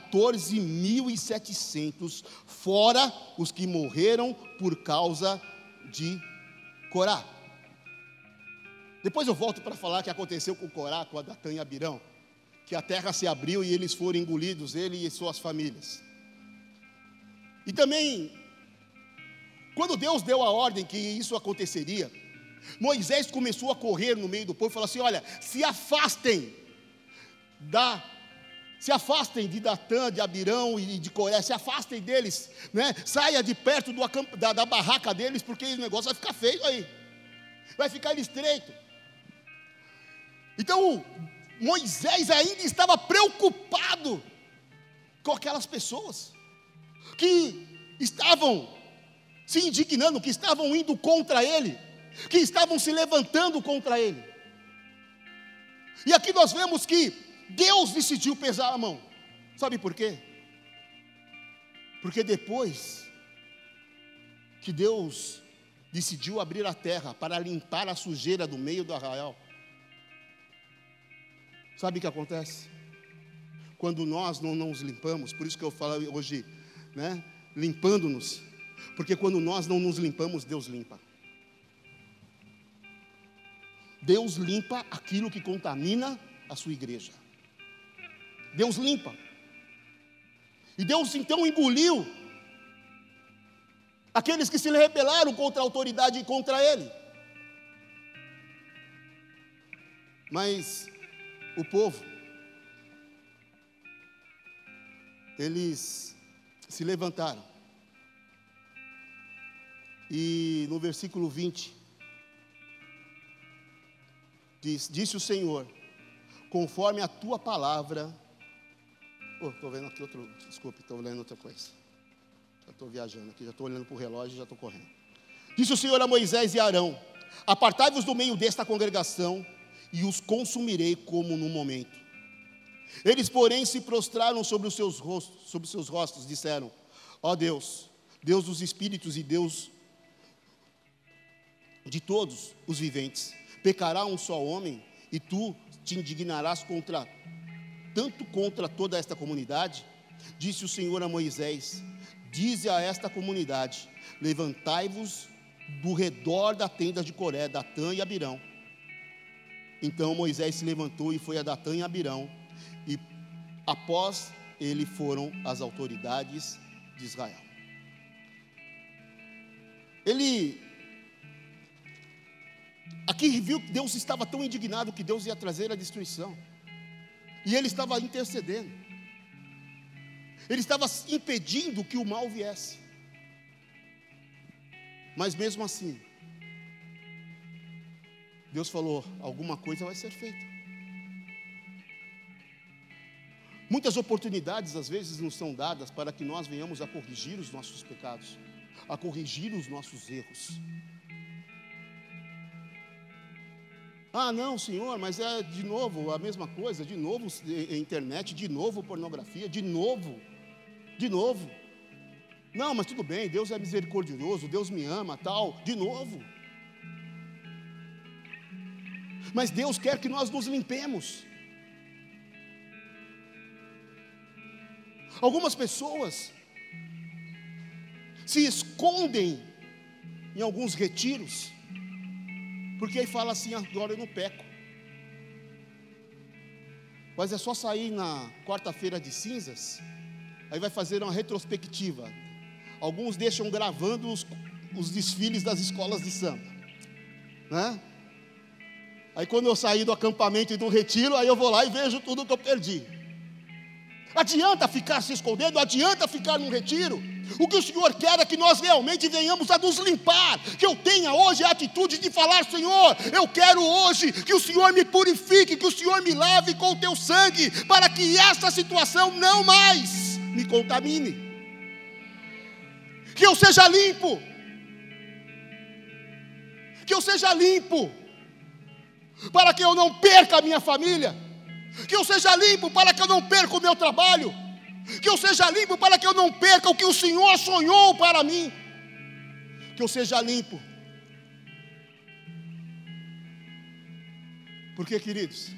14.700, fora os que morreram por causa de Corá. Depois eu volto para falar o que aconteceu com Corá, com Datã e Abirão, que a terra se abriu e eles foram engolidos, ele e suas famílias. E também, quando Deus deu a ordem que isso aconteceria, Moisés começou a correr no meio do povo e falou assim: olha, se afastem de Datã, de Abirão e de Coré, se afastem deles, né? Saia de perto da barraca deles, porque o negócio vai ficar feio aí, vai ficar estreito. Então, Moisés ainda estava preocupado com aquelas pessoas que estavam se indignando, que estavam indo contra ele, que estavam se levantando contra ele. E aqui nós vemos que Deus decidiu pesar a mão. Sabe por quê? Porque depois que Deus decidiu abrir a terra para limpar a sujeira do meio do arraial, sabe o que acontece? Quando nós não nos limpamos, por isso que eu falo hoje, né, limpando-nos, porque quando nós não nos limpamos, Deus limpa. Deus limpa aquilo que contamina a sua igreja. Deus limpa. E Deus então engoliu aqueles que se rebelaram contra a autoridade e contra ele. Mas o povo, eles se levantaram. E no versículo 20 disse o Senhor: conforme a tua palavra. Estou vendo aqui outro, desculpe, estou lendo outra coisa. Já estou viajando aqui, já estou olhando para o relógio e já estou correndo. Disse o Senhor a Moisés e Arão: apartai-vos do meio desta congregação, e os consumirei como no momento. Eles, porém, se prostraram sobre os seus rostos, disseram: ó Deus, Deus dos espíritos e Deus de todos os viventes, pecará um só homem, e tu te indignarás tanto contra toda esta comunidade? disse o Senhor a Moisés: dize a esta comunidade: levantai-vos do redor da tenda de Coré, Datã e Abirão. Então Moisés se levantou e foi a Datã e Abirão, e após ele foram as autoridades de Israel. Ele aqui viu que Deus estava tão indignado que Deus ia trazer a destruição, e ele estava intercedendo, ele estava impedindo que o mal viesse, mas mesmo assim, Deus falou: alguma coisa vai ser feita. Muitas oportunidades às vezes nos são dadas para que nós venhamos a corrigir os nossos pecados, a corrigir os nossos erros. Ah, não, Senhor, mas é de novo a mesma coisa, de novo internet, de novo pornografia, de novo. Não, mas tudo bem, Deus é misericordioso, Deus me ama, tal, de novo. Mas Deus quer que nós nos limpemos. Algumas pessoas se escondem em alguns retiros, porque aí fala assim: agora eu não peco. Mas é só sair na quarta-feira de cinzas, aí vai fazer uma retrospectiva. Alguns deixam gravando os desfiles das escolas de samba, né? Aí quando eu sair do acampamento e do retiro, aí eu vou lá e vejo tudo que eu perdi. Adianta ficar se escondendo, adianta ficar num retiro. O que o Senhor quer é que nós realmente venhamos a nos limpar, que eu tenha hoje a atitude de falar: Senhor, eu quero hoje que o Senhor me purifique, que o Senhor me lave com o teu sangue, para que esta situação não mais me contamine, que eu seja limpo, para que eu não perca a minha família, que eu seja limpo para que eu não perca o meu trabalho, que eu seja limpo para que eu não perca o que o Senhor sonhou para mim, que eu seja limpo. Porque, queridos,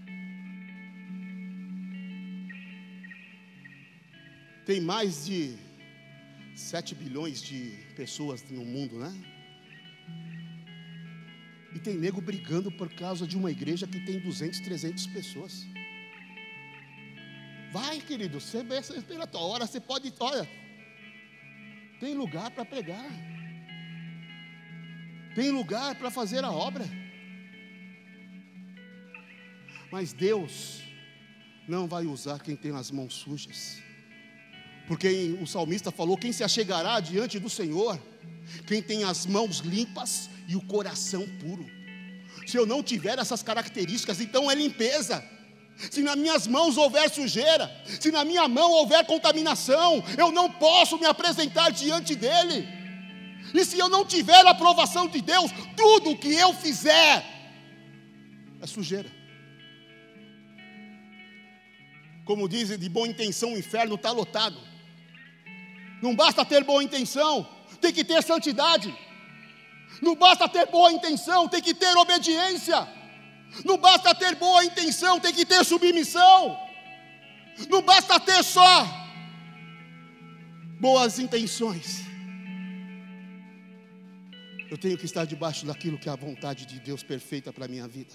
tem mais de 7 bilhões de pessoas no mundo, né? E tem nego brigando por causa de uma igreja que tem 200, 300 pessoas. Vai, querido, você espera a tua hora, você pode, olha, tem lugar para pregar, tem lugar para fazer a obra. Mas Deus não vai usar quem tem as mãos sujas, porque o salmista falou: quem se achegará diante do Senhor? Quem tem as mãos limpas e o coração puro. Se eu não tiver essas características, então é limpeza. Se nas minhas mãos houver sujeira, se na minha mão houver contaminação, eu não posso me apresentar diante dele. E se eu não tiver a aprovação de Deus, tudo que eu fizer é sujeira. Como dizem, de boa intenção o inferno está lotado. Não basta ter boa intenção, tem que ter santidade. Não basta ter boa intenção, tem que ter obediência. Não basta ter boa intenção, tem que ter submissão. Não basta ter só boas intenções. Eu tenho que estar debaixo daquilo que é a vontade de Deus perfeita para a minha vida.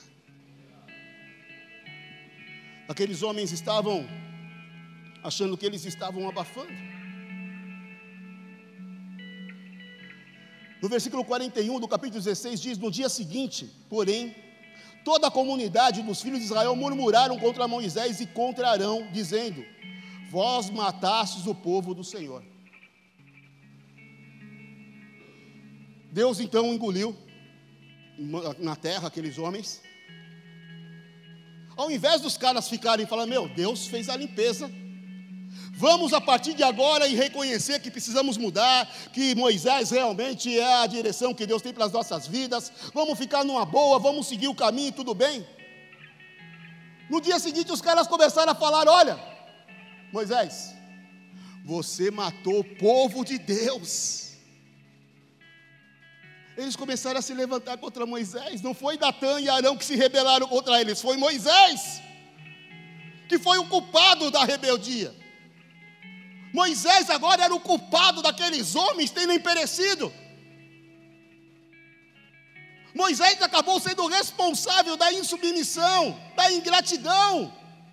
Aqueles homens estavam achando que eles estavam abafando. No versículo 41 do capítulo 16 diz: no dia seguinte, porém, toda a comunidade dos filhos de Israel murmuraram contra Moisés e contra Arão, dizendo: vós matastes o povo do Senhor. Deus então engoliu na terra aqueles homens. Ao invés dos caras ficarem falando: meu, Deus fez a limpeza, vamos a partir de agora e reconhecer que precisamos mudar, que Moisés realmente é a direção que Deus tem para as nossas vidas, vamos ficar numa boa, vamos seguir o caminho, tudo bem. No dia seguinte os caras começaram a falar: olha, Moisés, você matou o povo de Deus. Eles começaram a se levantar contra Moisés. Não foi Datã e Arão que se rebelaram contra eles, foi Moisés que foi o culpado da rebeldia. Moisés agora era o culpado daqueles homens terem perecido. Moisés acabou sendo responsável da insubmissão, da ingratidão,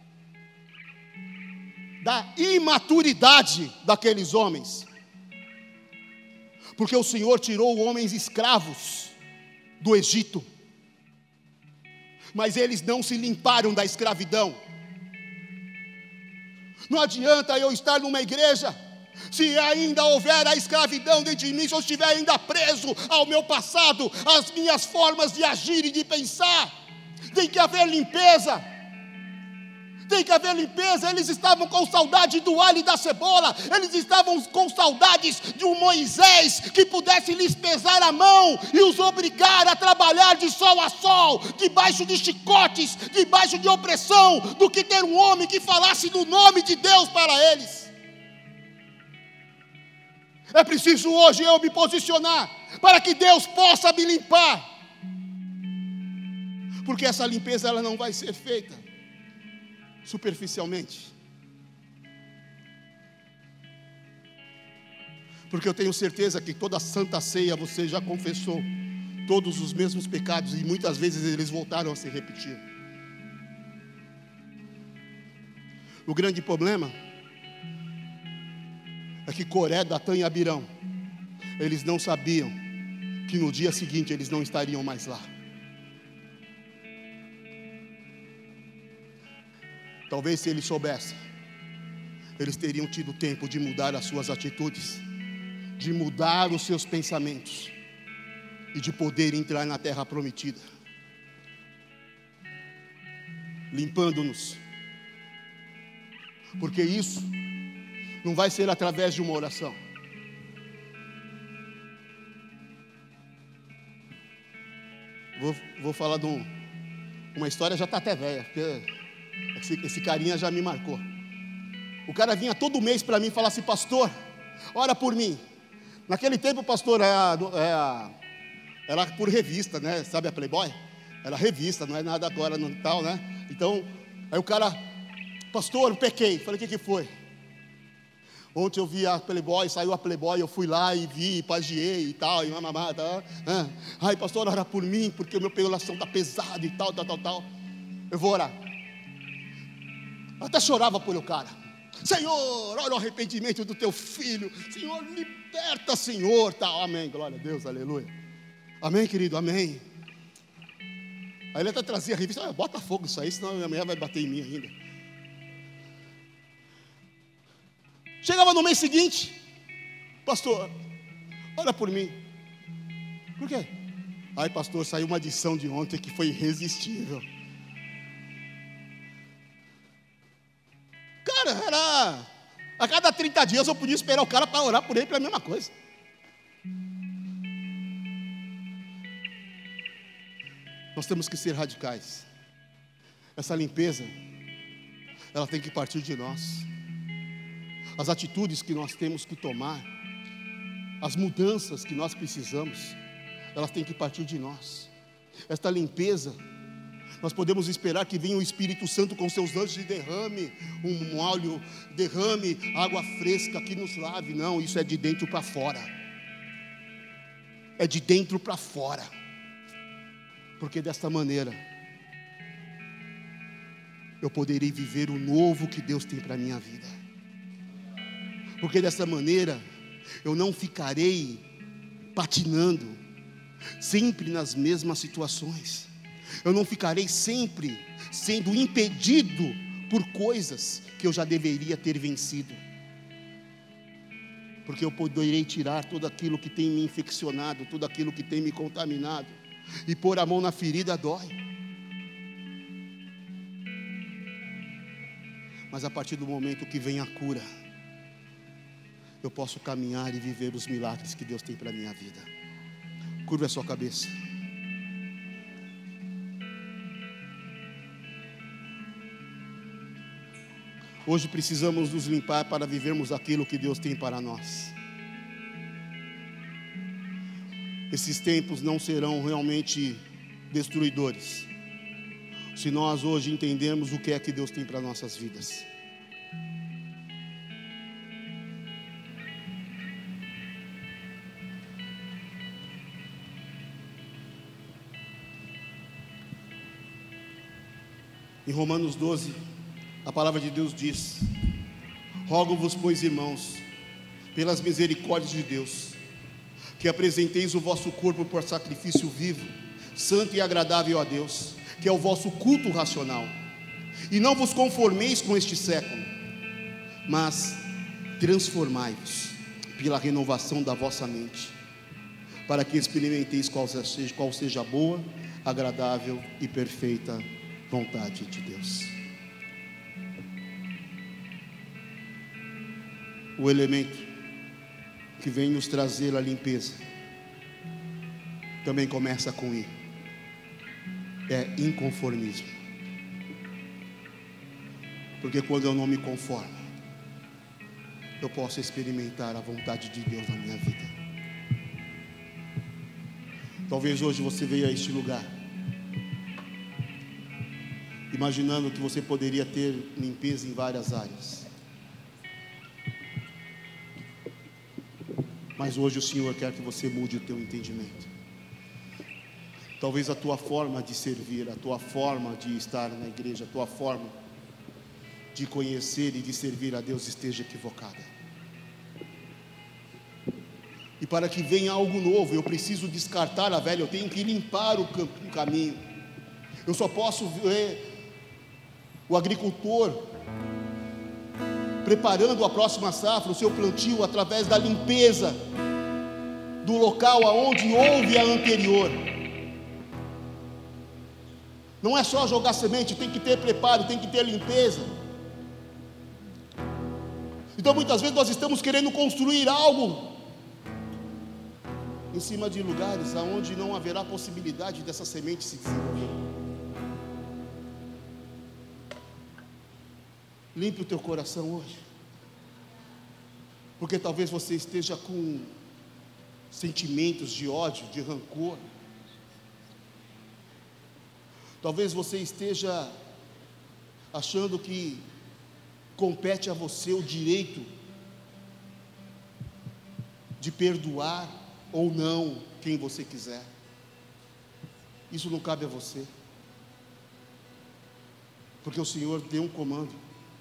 da imaturidade daqueles homens. Porque o Senhor tirou homens escravos do Egito, mas eles não se limparam da escravidão. Não adianta eu estar numa igreja, se ainda houver a escravidão dentro de mim, se eu estiver ainda preso ao meu passado, às minhas formas de agir e de pensar. Tem que haver limpeza. Tem que haver limpeza. Eles estavam com saudade do alho e da cebola. Eles estavam com saudades de um Moisés que pudesse lhes pesar a mão e os obrigar a trabalhar de sol a sol, debaixo de chicotes, debaixo de opressão, do que ter um homem que falasse no nome de Deus para eles. É preciso hoje eu me posicionar para que Deus possa me limpar, porque essa limpeza ela não vai ser feita superficialmente, porque eu tenho certeza que toda a Santa Ceia você já confessou todos os mesmos pecados e muitas vezes eles voltaram a se repetir. O grande problema é que Coré, Datã e Abirão, eles não sabiam que no dia seguinte eles não estariam mais lá. Talvez se eles soubessem, eles teriam tido tempo de mudar as suas atitudes, de mudar os seus pensamentos e de poder entrar na terra prometida, limpando-nos, porque isso não vai ser através de uma oração. Vou falar de uma história, já está até velha, porque esse carinha já me marcou. O cara vinha todo mês para mim e falava assim: pastor, ora por mim. Naquele tempo, pastor, era por revista, né? Sabe a Playboy? Era revista, não é nada agora, não tal, né? Então, aí o cara: pastor, eu pequei. Falei: o que foi? Ontem eu vi a Playboy, saiu a Playboy, eu fui lá e vi, pagiei e tal, e mamamá, tá? Ai, pastor, ora por mim, porque o meu coração está pesado e tal. Eu vou orar. Eu até chorava por o cara. Senhor, olha o arrependimento do teu filho. Senhor, liberta, Senhor, tal. Amém, glória a Deus, aleluia. Amém, querido, amém. Aí ele até trazia a revista: bota fogo isso aí, senão minha mulher vai bater em mim ainda. Chegava no mês seguinte: pastor, ora por mim. Por quê? Ai, pastor, saiu uma edição de ontem que foi irresistível. Cara, era a cada 30 dias eu podia esperar o cara para orar por ele para a mesma coisa. Nós temos que ser radicais. Essa limpeza, ela tem que partir de nós. As atitudes que nós temos que tomar, as mudanças que nós precisamos, elas têm que partir de nós. Esta limpeza, nós podemos esperar que venha o Espírito Santo com seus anjos e derrame um óleo, derrame água fresca que nos lave. Não, isso é de dentro para fora. É de dentro para fora. Porque desta maneira eu poderei viver o novo que Deus tem para a minha vida. Porque dessa maneira eu não ficarei patinando sempre nas mesmas situações. Eu não ficarei sempre sendo impedido por coisas que eu já deveria ter vencido. Porque eu poderei tirar tudo aquilo que tem me infeccionado, tudo aquilo que tem me contaminado, e pôr a mão na ferida dói. Mas a partir do momento que vem a cura, eu posso caminhar e viver os milagres que Deus tem para a minha vida. Curva a sua cabeça. Hoje precisamos nos limpar para vivermos aquilo que Deus tem para nós. Esses tempos não serão realmente destruidores, se nós hoje entendermos o que é que Deus tem para nossas vidas. Em Romanos 12, a palavra de Deus diz: rogo-vos, pois, irmãos, pelas misericórdias de Deus, que apresenteis o vosso corpo por sacrifício vivo, santo e agradável a Deus, que é o vosso culto racional. E não vos conformeis com este século, mas transformai-vos pela renovação da vossa mente, para que experimenteis qual seja a boa, agradável e perfeita vontade de Deus. O elemento que vem nos trazer a limpeza também começa com I. É inconformismo. Porque quando eu não me conformo, eu posso experimentar a vontade de Deus na minha vida. Talvez hoje você veja a este lugar imaginando que você poderia ter limpeza em várias áreas. Mas hoje o Senhor quer que você mude o teu entendimento. Talvez a tua forma de servir, a tua forma de estar na igreja, a tua forma de conhecer e de servir a Deus esteja equivocada. E para que venha algo novo, eu preciso descartar a velha, eu tenho que limpar o caminho. Eu só posso ver o agricultor preparando a próxima safra, o seu plantio, através da limpeza do local aonde houve a anterior. Não é só jogar semente, tem que ter preparo, tem que ter limpeza. Então muitas vezes nós estamos querendo construir algo em cima de lugares aonde não haverá possibilidade dessa semente se desenvolver. Limpe o teu coração hoje, porque talvez você esteja com sentimentos de ódio, de rancor. Talvez você esteja achando que compete a você o direito de perdoar ou não quem você quiser. Isso não cabe a você, porque o Senhor deu um comando.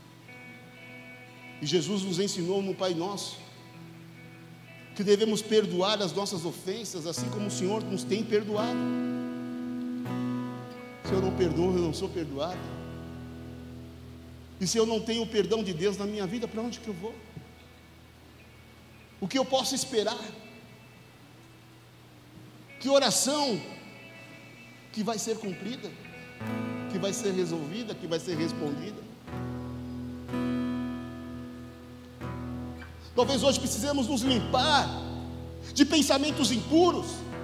E Jesus nos ensinou no Pai Nosso que devemos perdoar as nossas ofensas, assim como o Senhor nos tem perdoado. Se eu não perdoo, eu não sou perdoado. E se eu não tenho o perdão de Deus na minha vida, para onde que eu vou? O que eu posso esperar? Que oração que vai ser cumprida, que vai ser resolvida, que vai ser respondida? Talvez hoje precisemos nos limpar de pensamentos impuros,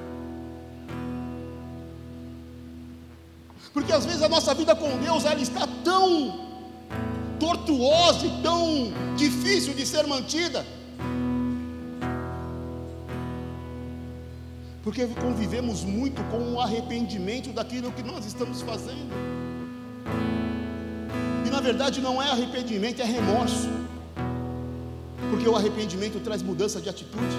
porque às vezes a nossa vida com Deus, ela está tão tortuosa e tão difícil de ser mantida, porque convivemos muito com o arrependimento daquilo que nós estamos fazendo. E na verdade não é arrependimento, é remorso, porque o arrependimento traz mudança de atitude.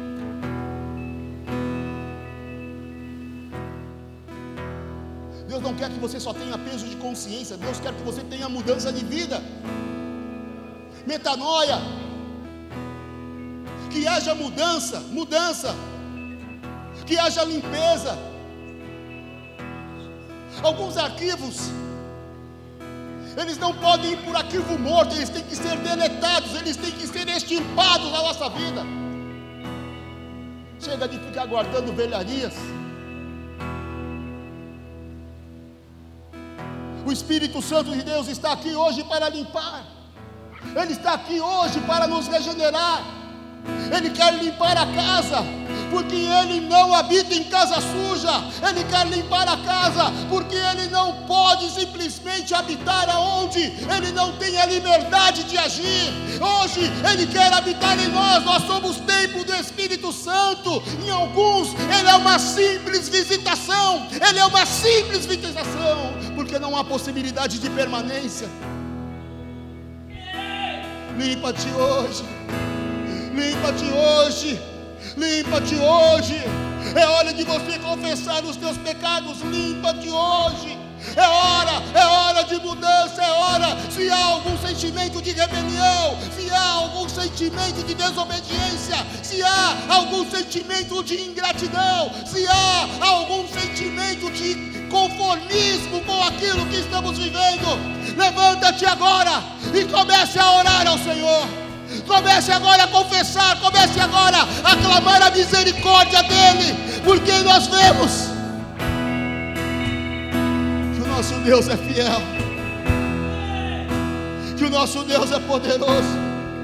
Deus não quer que você só tenha peso de consciência, Deus quer que você tenha mudança de vida, metanoia, que haja mudança, que haja limpeza. Alguns arquivos, eles não podem ir por arquivo morto, eles têm que ser deletados, eles têm que ser extirpados da nossa vida. Chega de ficar guardando velharias. O Espírito Santo de Deus está aqui hoje para limpar, Ele está aqui hoje para nos regenerar. Ele quer limpar a casa, porque Ele não habita em casa suja. Ele quer limpar a casa, porque Ele não pode simplesmente habitar aonde Ele não tem a liberdade de agir. Hoje Ele quer habitar em nós. Nós somos templo do Espírito Santo. Em alguns Ele é uma simples visitação, Ele é uma simples visitação, porque não há possibilidade de permanência. Limpa-te hoje, limpa-te hoje, limpa-te hoje. É hora de você confessar os teus pecados. Limpa-te hoje. é hora de mudança, é hora. Se há algum sentimento de rebelião, se há algum sentimento de desobediência, se há algum sentimento de ingratidão, se há algum sentimento de conformismo com aquilo que estamos vivendo, levanta-te agora e comece a orar ao Senhor. Comece agora a confessar, comece agora a clamar a misericórdia dEle, porque nós vemos que o nosso Deus é fiel, que o nosso Deus é poderoso.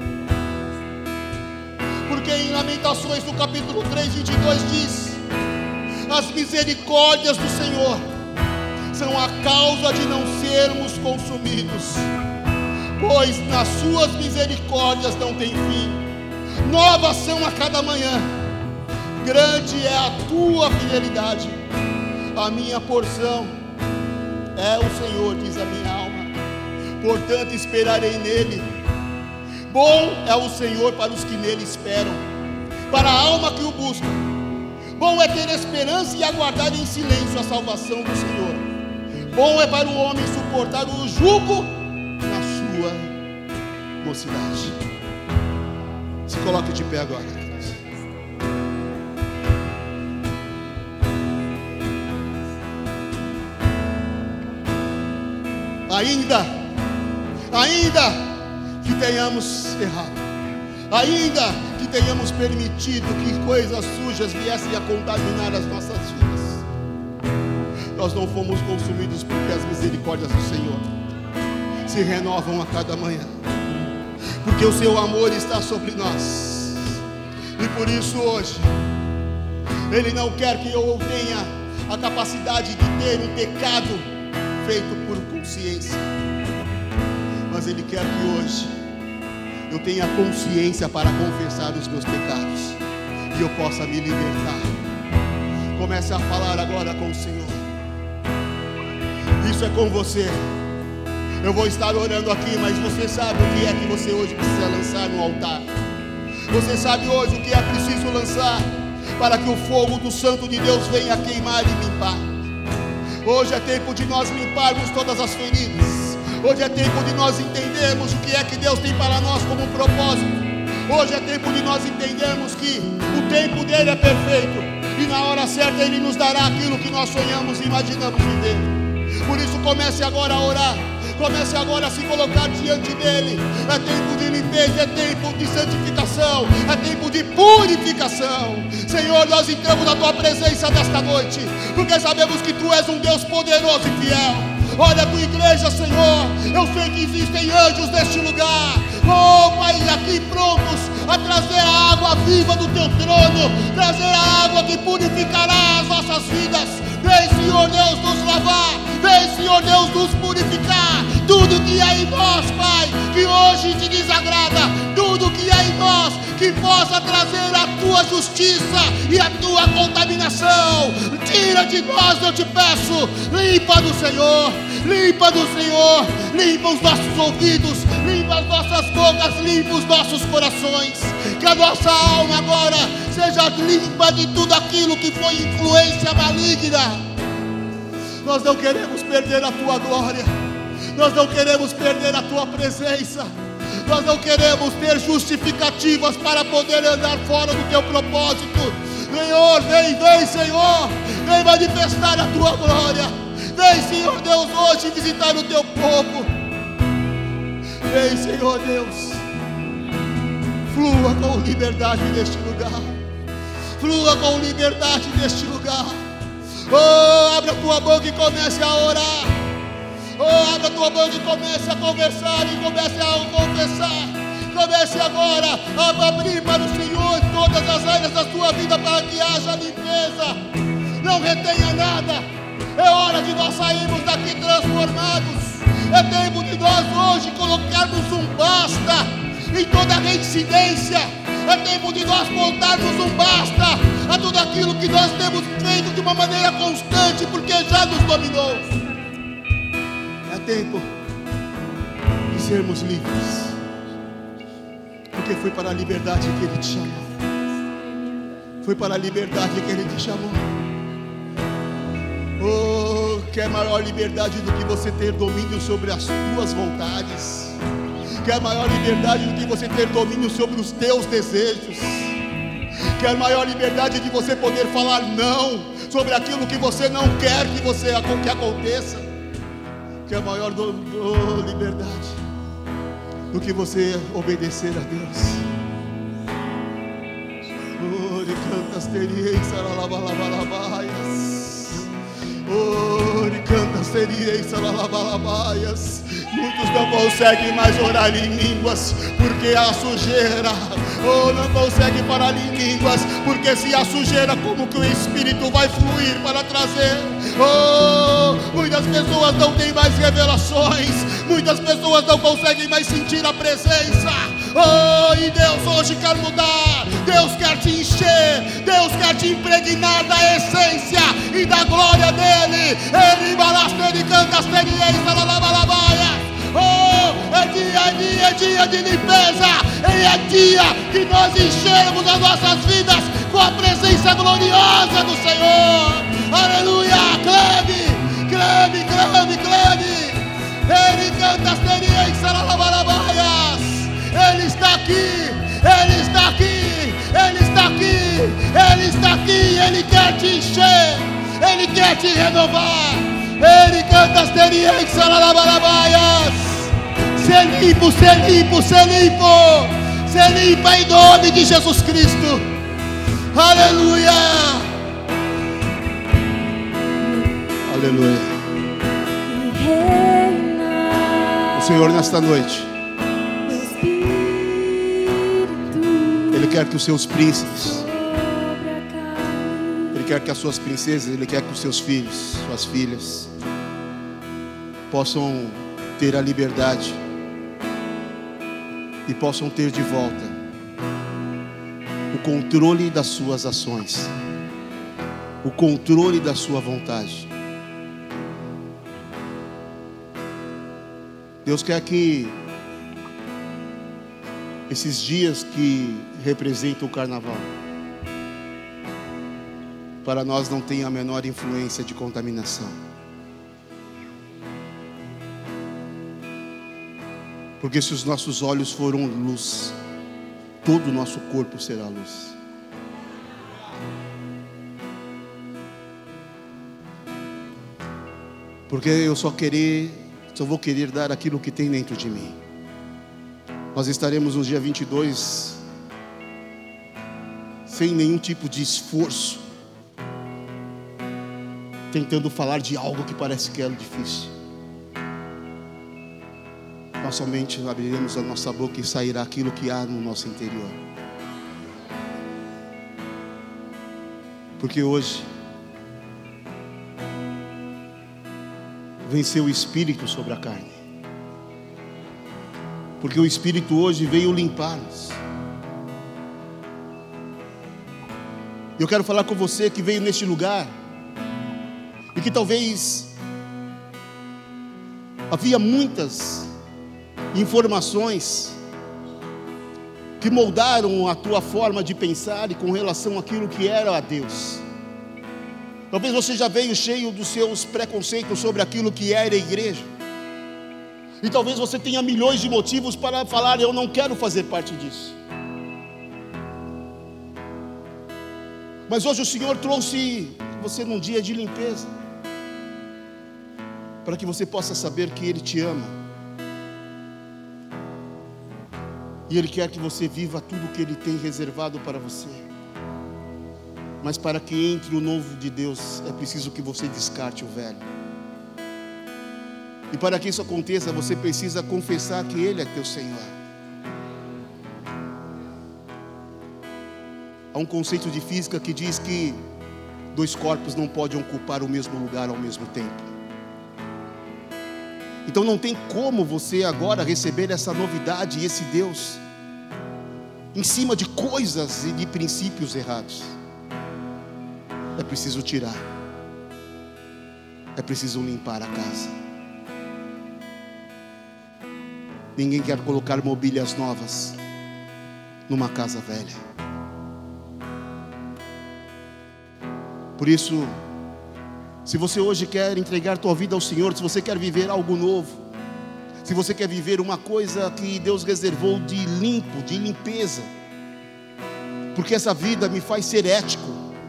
Porque em Lamentações, no capítulo 3, 22 diz: as misericórdias do Senhor são a causa de não sermos consumidos, pois nas suas misericórdias não tem fim, novas são a cada manhã, grande é a tua fidelidade. A minha porção é o Senhor, diz a minha alma, portanto esperarei nele. Bom é o Senhor para os que nele esperam, para a alma que o busca. Bom é ter esperança e aguardar em silêncio a salvação do Senhor. Bom é para o homem suportar o jugo na sua mocidade. Se coloque de pé agora. Ainda que tenhamos errado, ainda que tenhamos permitido que coisas sujas viessem a contaminar as nossas vidas, nós não fomos consumidos, porque as misericórdias do Senhor se renovam a cada manhã, porque o seu amor está sobre nós. E por isso hoje Ele não quer que eu tenha a capacidade de ter um pecado feito por consciência, mas Ele quer que hoje eu tenha consciência para confessar os meus pecados e eu possa me libertar. Comece a falar agora com o Senhor. Isso é com você. Eu vou estar orando aqui, mas você sabe o que é que você hoje precisa lançar no altar. Você sabe hoje o que é preciso lançar para que o fogo do Santo de Deus venha queimar e limpar. Hoje é tempo de nós limparmos todas as feridas. Hoje é tempo de nós entendermos o que é que Deus tem para nós como propósito. Hoje é tempo de nós entendermos que o tempo dele é perfeito e na hora certa Ele nos dará aquilo que nós sonhamos e imaginamos viver. Por isso comece agora a orar, comece agora a se colocar diante dele. É tempo de limpeza, é tempo de santificação, é tempo de purificação. Senhor, nós entramos na tua presença nesta noite, porque sabemos que tu és um Deus poderoso e fiel. Olha a tua igreja, Senhor. Eu sei que existem anjos neste lugar, oh Pai, aqui prontos a trazer a água viva do teu trono, trazer a água que purificará as nossas vidas. Vem, Senhor Deus, nos lavar, vem, Senhor Deus, nos purificar. Tudo que há em nós, Pai, que hoje te desagrada, tudo que há em nós que possa trazer a tua justiça e a tua contaminação, tira de nós, eu te peço. Limpa do Senhor, limpa do Senhor, limpa os nossos ouvidos, limpa as nossas bocas, limpa os nossos corações. Que a nossa alma agora seja limpa de tudo aquilo que foi influência maligna. Nós não queremos perder a tua glória, nós não queremos perder a tua presença, nós não queremos ter justificativas para poder andar fora do teu propósito. Senhor, vem, Senhor, vem manifestar a tua glória. Vem, Senhor Deus, hoje visitar o teu povo. Vem, Senhor Deus, flua com liberdade neste lugar, flua com liberdade neste lugar. Oh, abra a tua boca e comece a orar. Oh, abra a tua boca e comece a conversar e comece a confessar. Comece agora a abrir para o Senhor todas as áreas da tua vida para que haja limpeza. Não retenha nada. É hora de nós sairmos daqui transformados. É tempo de nós hoje colocarmos um basta em toda reincidência. É tempo de nós voltarmos um basta a tudo aquilo que nós temos feito de uma maneira constante, porque já nos dominou. É tempo de sermos livres, porque foi para a liberdade que Ele te chamou. Foi para a liberdade que Ele te chamou. Oh, quer maior liberdade do que você ter domínio sobre as tuas vontades? Quer maior liberdade do que você ter domínio sobre os teus desejos? Quer maior liberdade de você poder falar não sobre aquilo que você não quer que aconteça? Quer maior liberdade do que você obedecer a Deus? Oh, de cantas teriei saralabalabaias. Oh, de cantas teriei saralabalabaias. Muitos não conseguem mais orar em línguas, porque a sujeira. Oh, não conseguem parar em línguas, porque se a sujeira, como que o Espírito vai fluir para trazer? Oh, muitas pessoas não têm mais revelações, muitas pessoas não conseguem mais sentir a presença. Oh, e Deus hoje quer mudar, Deus quer te encher, Deus quer te impregnar da essência e da glória dEle. Ele balaste, ele cantas, oh, é dia de limpeza, e é dia que nós enchermos as nossas vidas com a presença gloriosa do Senhor. Aleluia, clame, clame, clame, clame. Ele canta as terias, saralabalabaias. Ele está aqui, Ele está aqui, Ele está aqui, Ele está aqui. Ele quer te encher, Ele quer te renovar. Ele canta as terias, saralabalabaias. Ser limpo, ser limpo, ser limpo. Ser limpa em nome de Jesus Cristo. Aleluia. Aleluia. O Senhor nesta noite, Ele quer que os seus príncipes, Ele quer que as suas princesas, Ele quer que os seus filhos, suas filhas possam ter a liberdade e possam ter de volta o controle das suas ações, o controle da sua vontade. Deus quer que esses dias que representam o carnaval, para nós não tenha a menor influência de contaminação. Porque se os nossos olhos foram luz, todo o nosso corpo será luz. Porque eu só vou querer dar aquilo que tem dentro de mim. Nós estaremos no dia 22 sem nenhum tipo de esforço, tentando falar de algo que parece que é difícil. Nós somente abriremos a nossa boca e sairá aquilo que há no nosso interior. Porque hoje venceu o Espírito sobre a carne. Porque o Espírito hoje veio limpar-nos. Eu quero falar com você que veio neste lugar e que talvez havia muitas informações que moldaram a tua forma de pensar e com relação àquilo que era a Deus. Talvez você já veio cheio dos seus preconceitos sobre aquilo que era a igreja. E talvez você tenha milhões de motivos para falar: eu não quero fazer parte disso. Mas hoje o Senhor trouxe você num dia de limpeza, para que você possa saber que Ele te ama. E Ele quer que você viva tudo o que Ele tem reservado para você. Mas para que entre o novo de Deus, é preciso que você descarte o velho. E para que isso aconteça, você precisa confessar que Ele é teu Senhor. Há um conceito de física que diz que dois corpos não podem ocupar o mesmo lugar ao mesmo tempo. Então não tem como você agora receber essa novidade e esse Deus em cima de coisas e de princípios errados. É preciso tirar. É preciso limpar a casa. Ninguém quer colocar mobílias novas numa casa velha. Por isso, Se você hoje quer entregar tua vida ao Senhor, se você quer viver algo novo, se você quer viver uma coisa que Deus reservou de limpo, de limpeza, porque essa vida me faz ser ético,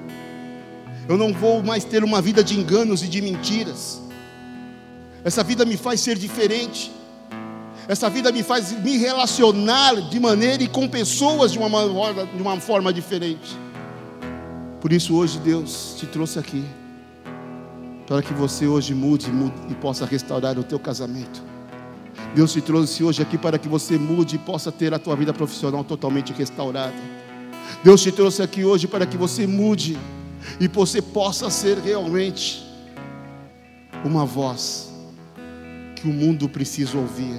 eu não vou mais ter uma vida de enganos e de mentiras, essa vida me faz ser diferente, essa vida me faz me relacionar de maneira e com pessoas de uma forma diferente. Por isso hoje Deus te trouxe aqui, para que você hoje mude e possa restaurar o teu casamento. Deus te trouxe hoje aqui para que você mude e possa ter a tua vida profissional totalmente restaurada. Deus te trouxe aqui hoje para que você mude e você possa ser realmente uma voz que o mundo precisa ouvir,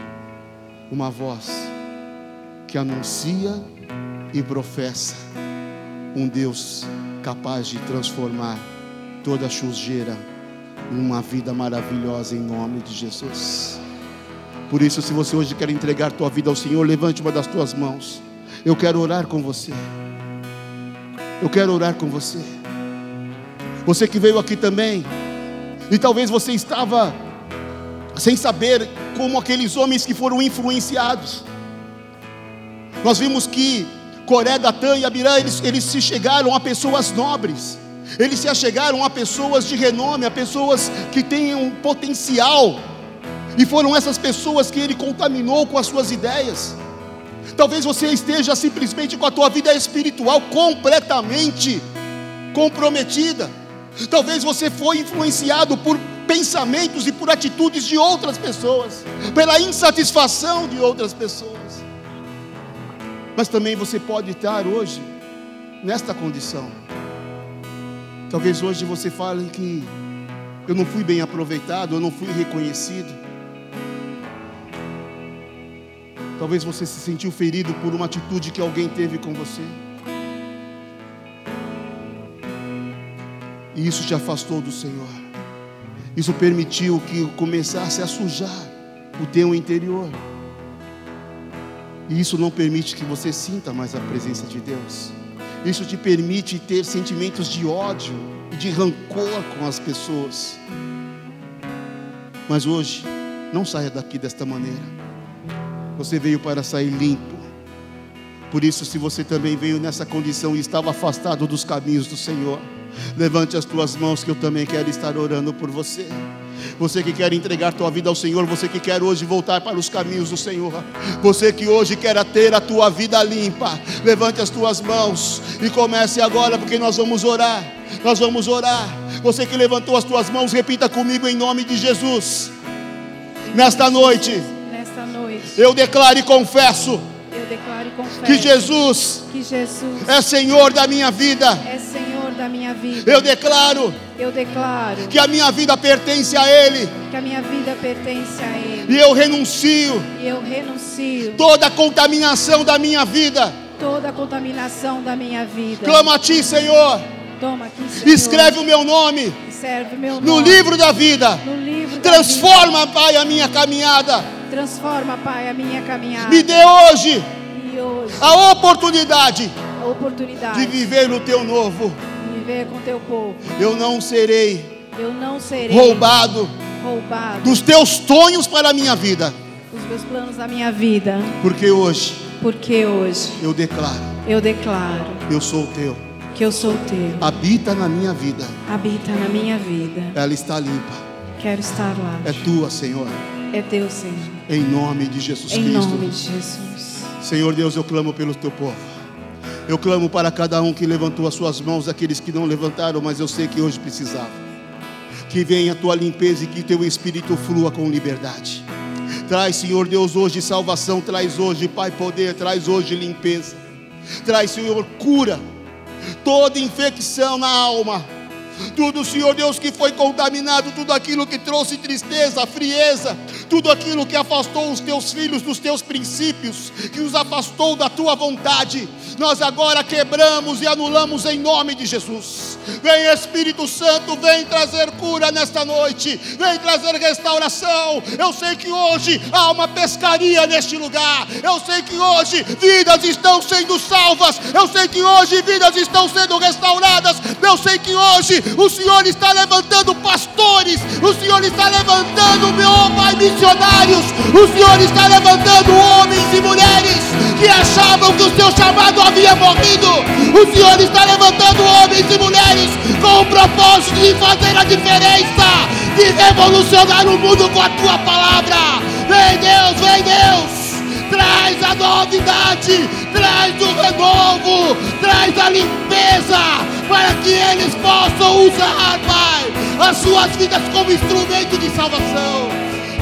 uma voz que anuncia e professa um Deus capaz de transformar toda a sujeira em uma vida maravilhosa em nome de Jesus. Por isso, se você hoje quer entregar tua vida ao Senhor, levante uma das tuas mãos. Eu quero orar com você. Eu quero orar com você. Você que veio aqui também, e talvez você estava sem saber como aqueles homens que foram influenciados. Nós vimos que Coré, Datã e Abirã, eles se chegaram a pessoas nobres. Eles se achegaram a pessoas de renome, a pessoas que têm um potencial. E foram essas pessoas que ele contaminou com as suas ideias. Talvez você esteja simplesmente com a tua vida espiritual completamente comprometida. Talvez você foi influenciado por pensamentos e por atitudes de outras pessoas, pela insatisfação de outras pessoas. Mas também você pode estar hoje nesta condição. Talvez hoje você fale que eu não fui bem aproveitado, eu não fui reconhecido. Talvez você se sentiu ferido por uma atitude que alguém teve com você. E isso te afastou do Senhor. Isso permitiu que começasse a sujar o teu interior. E isso não permite que você sinta mais a presença de Deus. Isso te permite ter sentimentos de ódio e de rancor com as pessoas. Mas hoje, não saia daqui desta maneira. Você veio para sair limpo. Por isso, se você também veio nessa condição e estava afastado dos caminhos do Senhor, levante as tuas mãos que eu também quero estar orando por você. Você que quer entregar tua vida ao Senhor, você que quer hoje voltar para os caminhos do Senhor, você que hoje quer ter a tua vida limpa, levante as tuas mãos e comece agora, porque nós vamos orar. Nós vamos orar. Você que levantou as tuas mãos, repita comigo em nome de Jesus. Nesta noite, eu declaro e confesso que Jesus é Senhor da minha vida. Eu declaro que a minha vida pertence a Ele. E eu renuncio toda a contaminação da minha vida. Clamo a Ti, Senhor. Escreve o meu nome no livro da vida. Transforma, Pai, a minha caminhada. Me dê hoje a oportunidade de viver no Teu novo. Com Teu povo. Eu não serei roubado dos Teus sonhos para a minha vida. Os meus planos da minha vida. Porque hoje eu declaro eu sou Teu. Que eu sou Teu. Habita na minha vida. Ela está limpa. Quero estar lá. É Tua, Senhor. É Teu, Senhor. Em nome de Jesus Cristo. Em nome de Jesus. Senhor Deus, eu clamo pelo Teu povo. Eu clamo para cada um que levantou as suas mãos, aqueles que não levantaram, mas eu sei que hoje precisavam. Que venha a Tua limpeza e que Teu Espírito flua com liberdade. Traz, Senhor Deus, hoje salvação, traz hoje, Pai, poder, traz hoje limpeza. Traz, Senhor, cura, toda infecção na alma. Tudo, Senhor Deus, que foi contaminado, tudo aquilo que trouxe tristeza, frieza, tudo aquilo que afastou os Teus filhos dos Teus princípios, que os afastou da Tua vontade, nós agora quebramos e anulamos em nome de Jesus. Vem Espírito Santo, vem trazer cura nesta noite, vem trazer restauração. Eu sei que hoje há uma pescaria neste lugar, eu sei que hoje vidas estão sendo salvas, eu sei que hoje vidas estão sendo restauradas. Eu sei que hoje o Senhor está levantando pastores, o Senhor está levantando, meu Pai, missionários, o Senhor está levantando homens e mulheres que achavam que o seu chamado havia morrido. O Senhor está levantando homens e mulheres com o propósito de fazer a diferença, de revolucionar o mundo com a tua palavra. Vem Deus, vem Deus. Traz a novidade, traz o renovo, traz a limpeza, para que eles possam usar, Pai, as suas vidas como instrumento de salvação.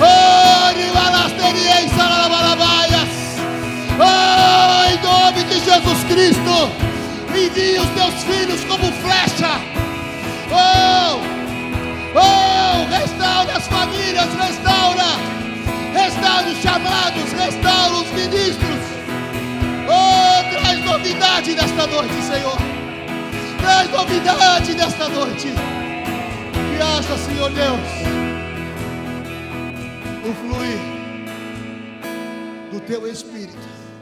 Em nome de Jesus Cristo, envia os teus filhos como flecha. Restaura as famílias, restaura os chamados, restaura os ministros. Traz novidade nesta noite, Senhor. Traz novidade nesta noite. Que haja, Senhor Deus, o fluir do teu Espírito,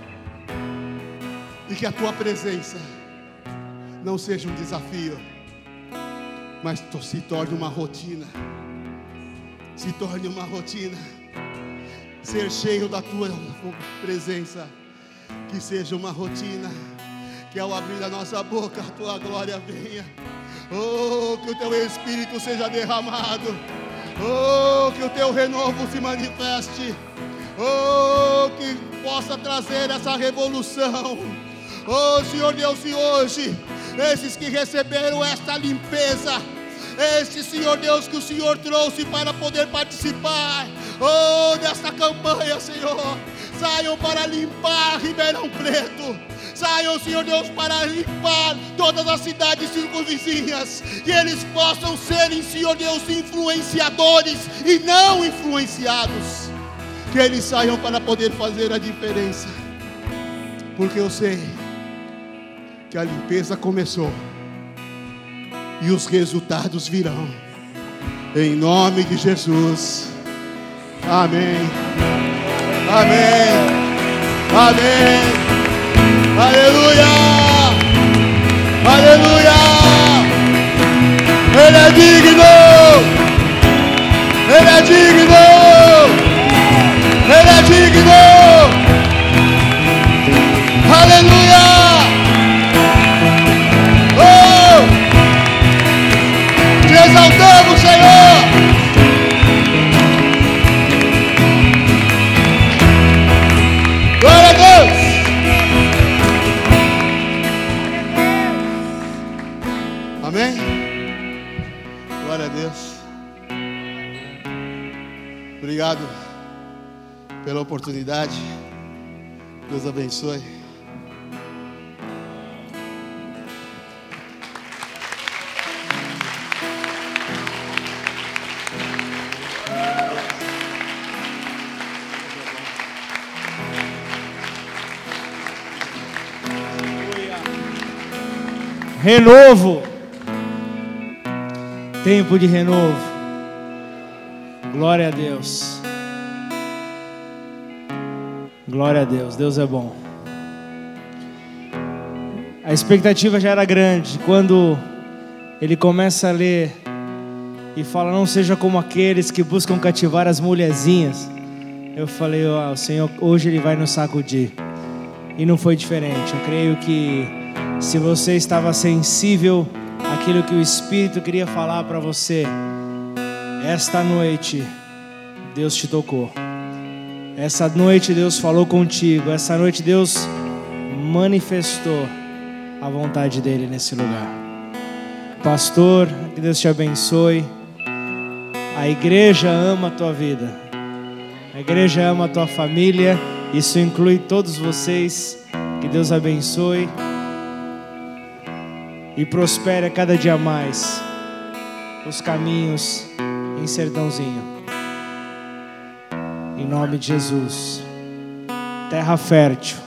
e que a tua presença não seja um desafio, mas se torne uma rotina. Se torne uma rotina. Ser cheio da tua presença, que seja uma rotina, que ao abrir a nossa boca a tua glória venha. Que o teu Espírito seja derramado, que o teu renovo se manifeste, que possa trazer essa revolução. Senhor Deus, e hoje esses que receberam esta limpeza, este Senhor Deus que o Senhor trouxe para poder participar desta campanha, Senhor, saiam para limpar Ribeirão Preto, saiam, Senhor Deus, para limpar todas as cidades circunvizinhas, que eles possam serem, Senhor Deus, influenciadores e não influenciados, que eles saiam para poder fazer a diferença, porque eu sei que a limpeza começou e os resultados virão, em nome de Jesus. Amém, amém, amém, aleluia, aleluia. Ele é digno, Ele é digno, Ele é digno, aleluia. Te exaltamos, Senhor. Glória a Deus. Amém? Glória a Deus. Obrigado pela oportunidade. Deus abençoe. Renovo, tempo de renovo, glória a Deus, glória a Deus, Deus é bom. A expectativa já era grande, quando ele começa a ler e fala, não seja como aqueles que buscam cativar as mulherzinhas. Eu falei, o Senhor hoje Ele vai nos sacudir, e não foi diferente. Eu creio que se você estava sensível àquilo que o Espírito queria falar para você, esta noite Deus te tocou. Essa noite Deus falou contigo. Essa noite Deus manifestou a vontade dEle nesse lugar. Pastor, que Deus te abençoe. A igreja ama a tua vida. A igreja ama a tua família. Isso inclui todos vocês. Que Deus abençoe e prospere a cada dia mais os caminhos em Sertãozinho. Em nome de Jesus. Terra fértil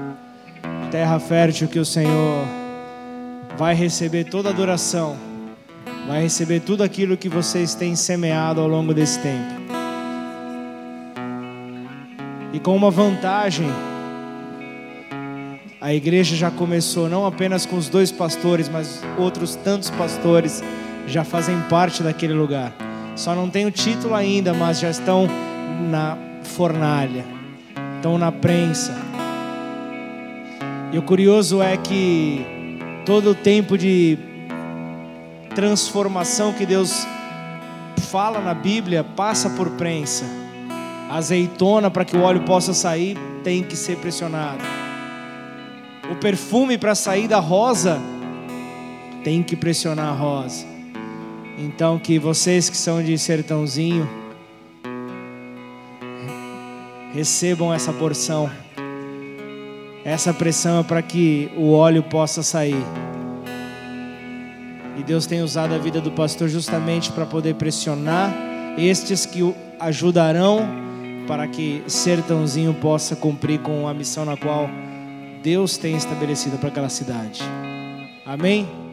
que o Senhor vai receber toda a adoração, vai receber tudo aquilo que vocês têm semeado ao longo desse tempo. E com uma vantagem, A igreja já começou não apenas com os 2 pastores, mas outros tantos pastores já fazem parte daquele lugar. Só não tem o título ainda, mas já estão na fornalha, estão na prensa. E o curioso é que todo o tempo de transformação que Deus fala na Bíblia passa por prensa. A azeitona, para que o óleo possa sair, tem que ser pressionado. O perfume, para sair da rosa, tem que pressionar a rosa. Então, que vocês que são de Sertãozinho recebam essa porção. Essa pressão é para que o óleo possa sair. E Deus tem usado a vida do pastor justamente para poder pressionar estes que o ajudarão para que Sertãozinho possa cumprir com a missão na qual Deus tem estabelecido para aquela cidade. Amém?